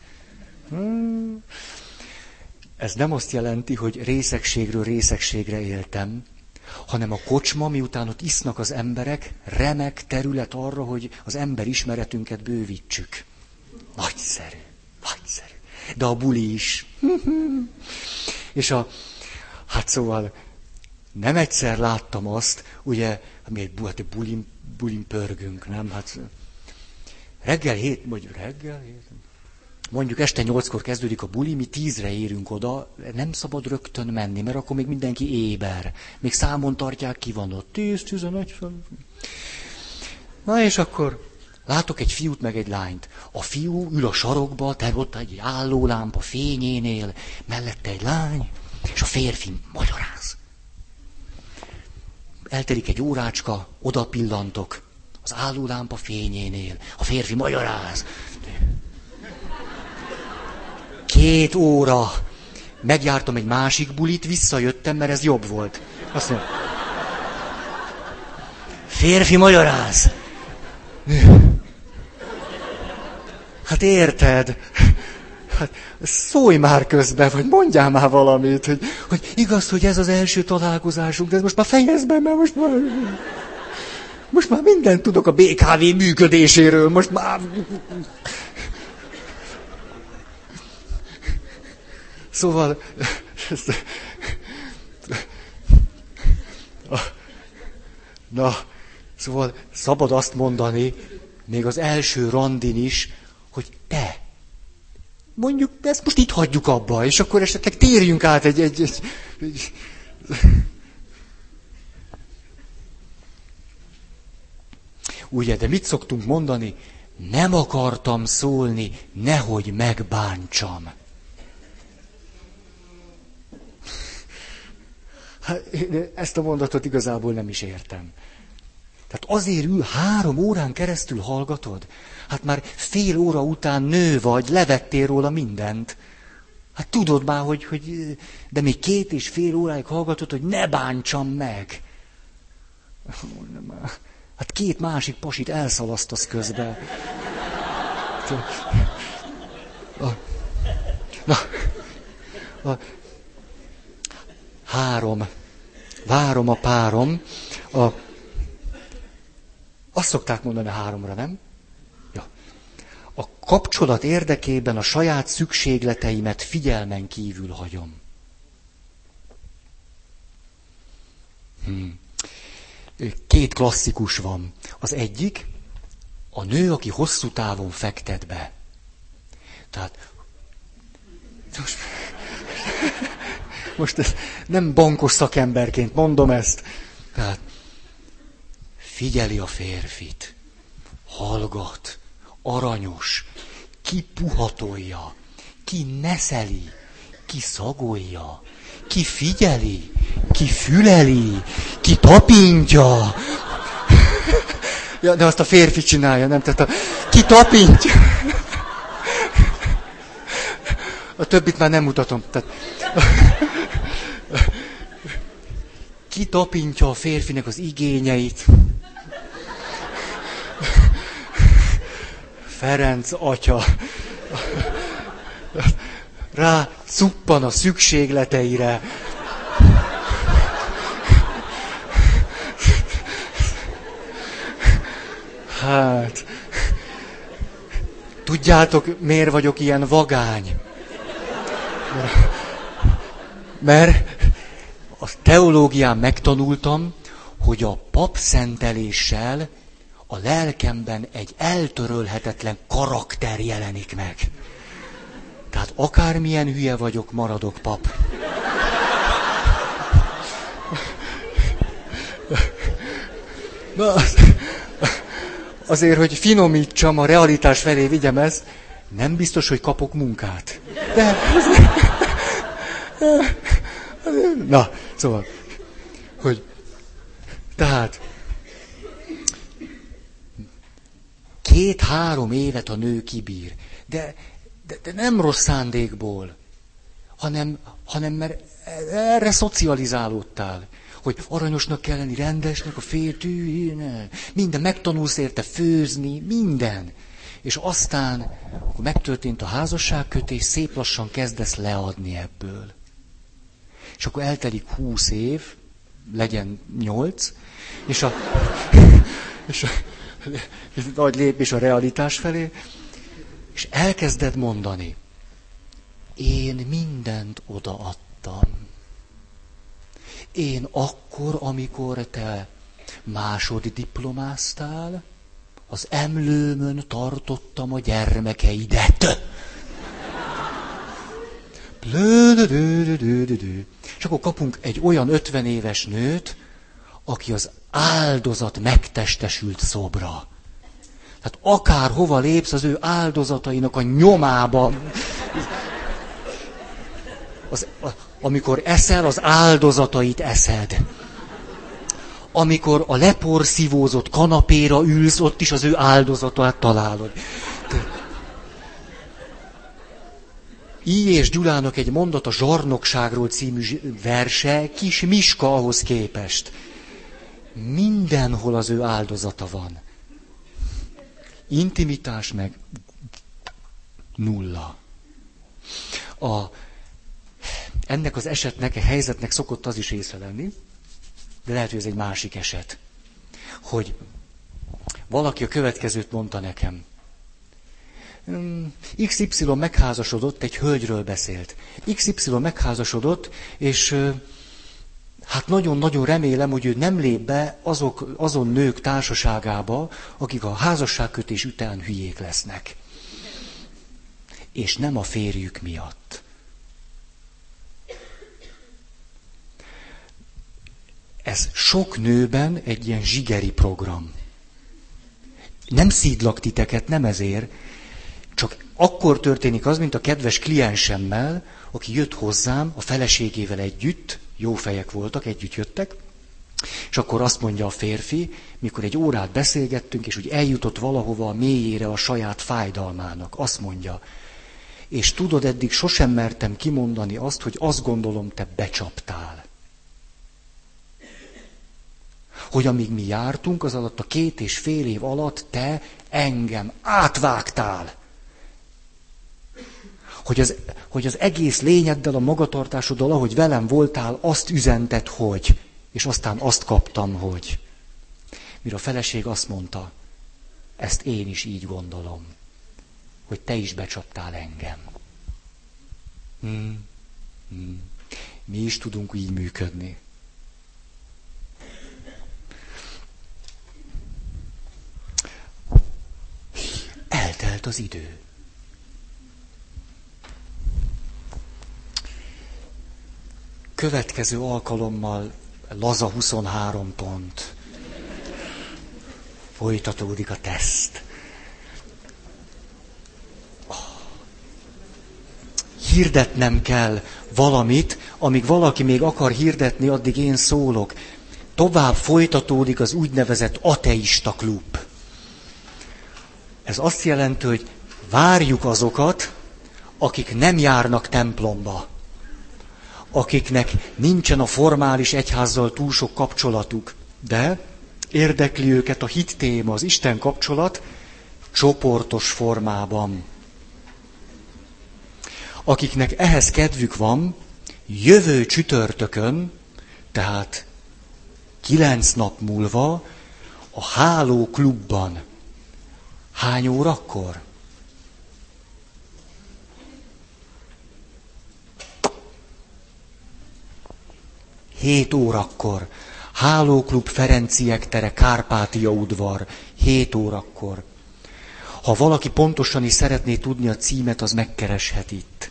ez nem azt jelenti, hogy részegségről részegségre éltem, hanem a kocsma, miután ott isznak az emberek, remek terület arra, hogy az emberismeretünket bővítsük. Nagyszerű, nagyszerű. De a buli is. És hát szóval nem egyszer láttam azt, ugye, mi egy bulin pörgünk, nem? Hát reggel 7, mondjuk este 8-kor kezdődik a buli, mi 10-re érünk oda, nem szabad rögtön menni, mert akkor még mindenki éber. Még számon tartják, ki van ott. 10-11 fel. Na és akkor látok egy fiút meg egy lányt. A fiú ül a sarokba, te ott egy állólámpa fényénél, mellette egy lány, és a férfi magyaráz. Eltelik egy órácska, oda pillantok, az állólámpa fényénél, a férfi magyaráz. 2 óra. Megjártam egy másik bulit, visszajöttem, mert ez jobb volt. Azt mondja, férfi magyaráz. Hát érted? Hát szólj már közben, vagy mondjál már valamit, hogy igaz, hogy ez az első találkozásunk, de most már fejezd be, mert most már mindent tudok a BKV működéséről, most már... Szóval... Na, szóval szabad azt mondani, még az első randin is, hogy te, mondjuk, ezt most itt hagyjuk abba, és akkor esetleg térjünk át egy... Ugye, de mit szoktunk mondani? Nem akartam szólni, nehogy megbántsam. Hát, ezt a mondatot igazából nem is értem. Tehát azért 3 órán keresztül hallgatod? Hát már fél óra után nő vagy, levettél róla mindent. Hát tudod már, hogy de még 2,5 óráig hallgatod, hogy ne bántsam meg. Hát 2 másik pasit elszalasztasz közben. Na, 3. Várom a párom. Azt szokták mondani 3-ra, nem? Ja. A kapcsolat érdekében a saját szükségleteimet figyelmen kívül hagyom. 2 klasszikus van. Az egyik, a nő, aki hosszú távon fektet be. Tehát... Most ezt nem bankos szakemberként mondom ezt. Tehát figyeli a férfit, hallgat, aranyos, ki puhatolja, ki neszeli, ki szagolja, ki figyeli, ki füleli, ki tapintja. Ja, de azt a férfi csinálja, nem? Tehát ki tapintja. A többit már nem mutatom. Tehát... Ki tapintja a férfinek az igényeit. Ferenc atya rá cuppan a szükségleteire. Hát, tudjátok, miért vagyok ilyen vagány? Mert a teológián megtanultam, hogy a papszenteléssel a lelkemben egy eltörölhetetlen karakter jelenik meg. Tehát akármilyen hülye vagyok, maradok pap. Na, azért, hogy finomítsam, a realitás felé vigyem ezt, nem biztos, hogy kapok munkát. De... Na, szóval, hogy tehát 2-3 évet a nő kibír, de nem rossz szándékból, hanem mert erre szocializálódtál, hogy aranyosnak kell lenni, rendesnek, a fértű, minden, megtanulsz érte főzni, minden. És aztán, akkor megtörtént a házasságkötés, szép lassan kezdesz leadni ebből. És akkor eltelik 20 év, legyen 8, és a nagy lépés a realitás felé, és elkezded mondani, én mindent odaadtam. Én akkor, amikor te másoddiplomáztál, az emlőmön tartottam a gyermekeidet. És akkor kapunk egy olyan 50 éves nőt, aki az áldozat megtestesült szobra. Tehát akárhova lépsz, az ő áldozatainak a nyomába. Amikor eszel, az áldozatait eszed. Amikor a leporszívózott kanapéra ülsz, ott is az ő áldozatát találod. I. és Gyulának egy mondat a Zsarnokságról című verse, kis Miska ahhoz képest. Mindenhol az ő áldozata van. Intimitás meg nulla. Ennek az esetnek, a helyzetnek szokott az is észre lenni, de lehet, hogy ez egy másik eset, hogy valaki a következőt mondta nekem. XY megházasodott, egy hölgyről beszélt. XY megházasodott, és hát nagyon-nagyon remélem, hogy ő nem lép be azon nők társaságába, akik a házasságkötés után hülyék lesznek. És nem a férjük miatt. Ez sok nőben egy ilyen zsigeri program. Nem szídlak titeket, nem ezért, csak akkor történik az, mint a kedves kliensemmel, aki jött hozzám a feleségével együtt, jó fejek voltak, együtt jöttek, és akkor azt mondja a férfi, mikor egy órát beszélgettünk, és úgy eljutott valahova a mélyére a saját fájdalmának, azt mondja, és tudod, eddig sosem mertem kimondani azt, hogy azt gondolom, te becsaptál. Hogy amíg mi jártunk, az alatt a 2,5 év alatt te engem átvágtál. Hogy az egész lényeddel, a magatartásoddal, ahogy velem voltál, azt üzented, hogy. És aztán azt kaptam, hogy. Mire a feleség azt mondta, ezt én is így gondolom, hogy te is becsaptál engem. Mi is tudunk így működni. Eltelt az idő. Következő alkalommal laza 23 pont. Folytatódik a teszt. Hirdetnem kell valamit, amíg valaki még akar hirdetni, addig én szólok. Tovább folytatódik az úgynevezett ateista klub. Ez azt jelenti, hogy várjuk azokat, akik nem járnak templomba, akiknek nincsen a formális egyházzal túl sok kapcsolatuk, de érdekli őket a hit téma, az Isten kapcsolat, csoportos formában. Akiknek ehhez kedvük van, jövő csütörtökön, tehát 9 nap múlva a Háló klubban. Hány órakor? 7 órakor. Hálóklub, Ferenciek tere, Kárpátia udvar. 7 órakor. Ha valaki pontosan is szeretné tudni a címet, az megkereshet itt.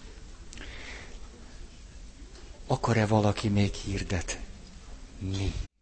Akar-e valaki még hirdetni?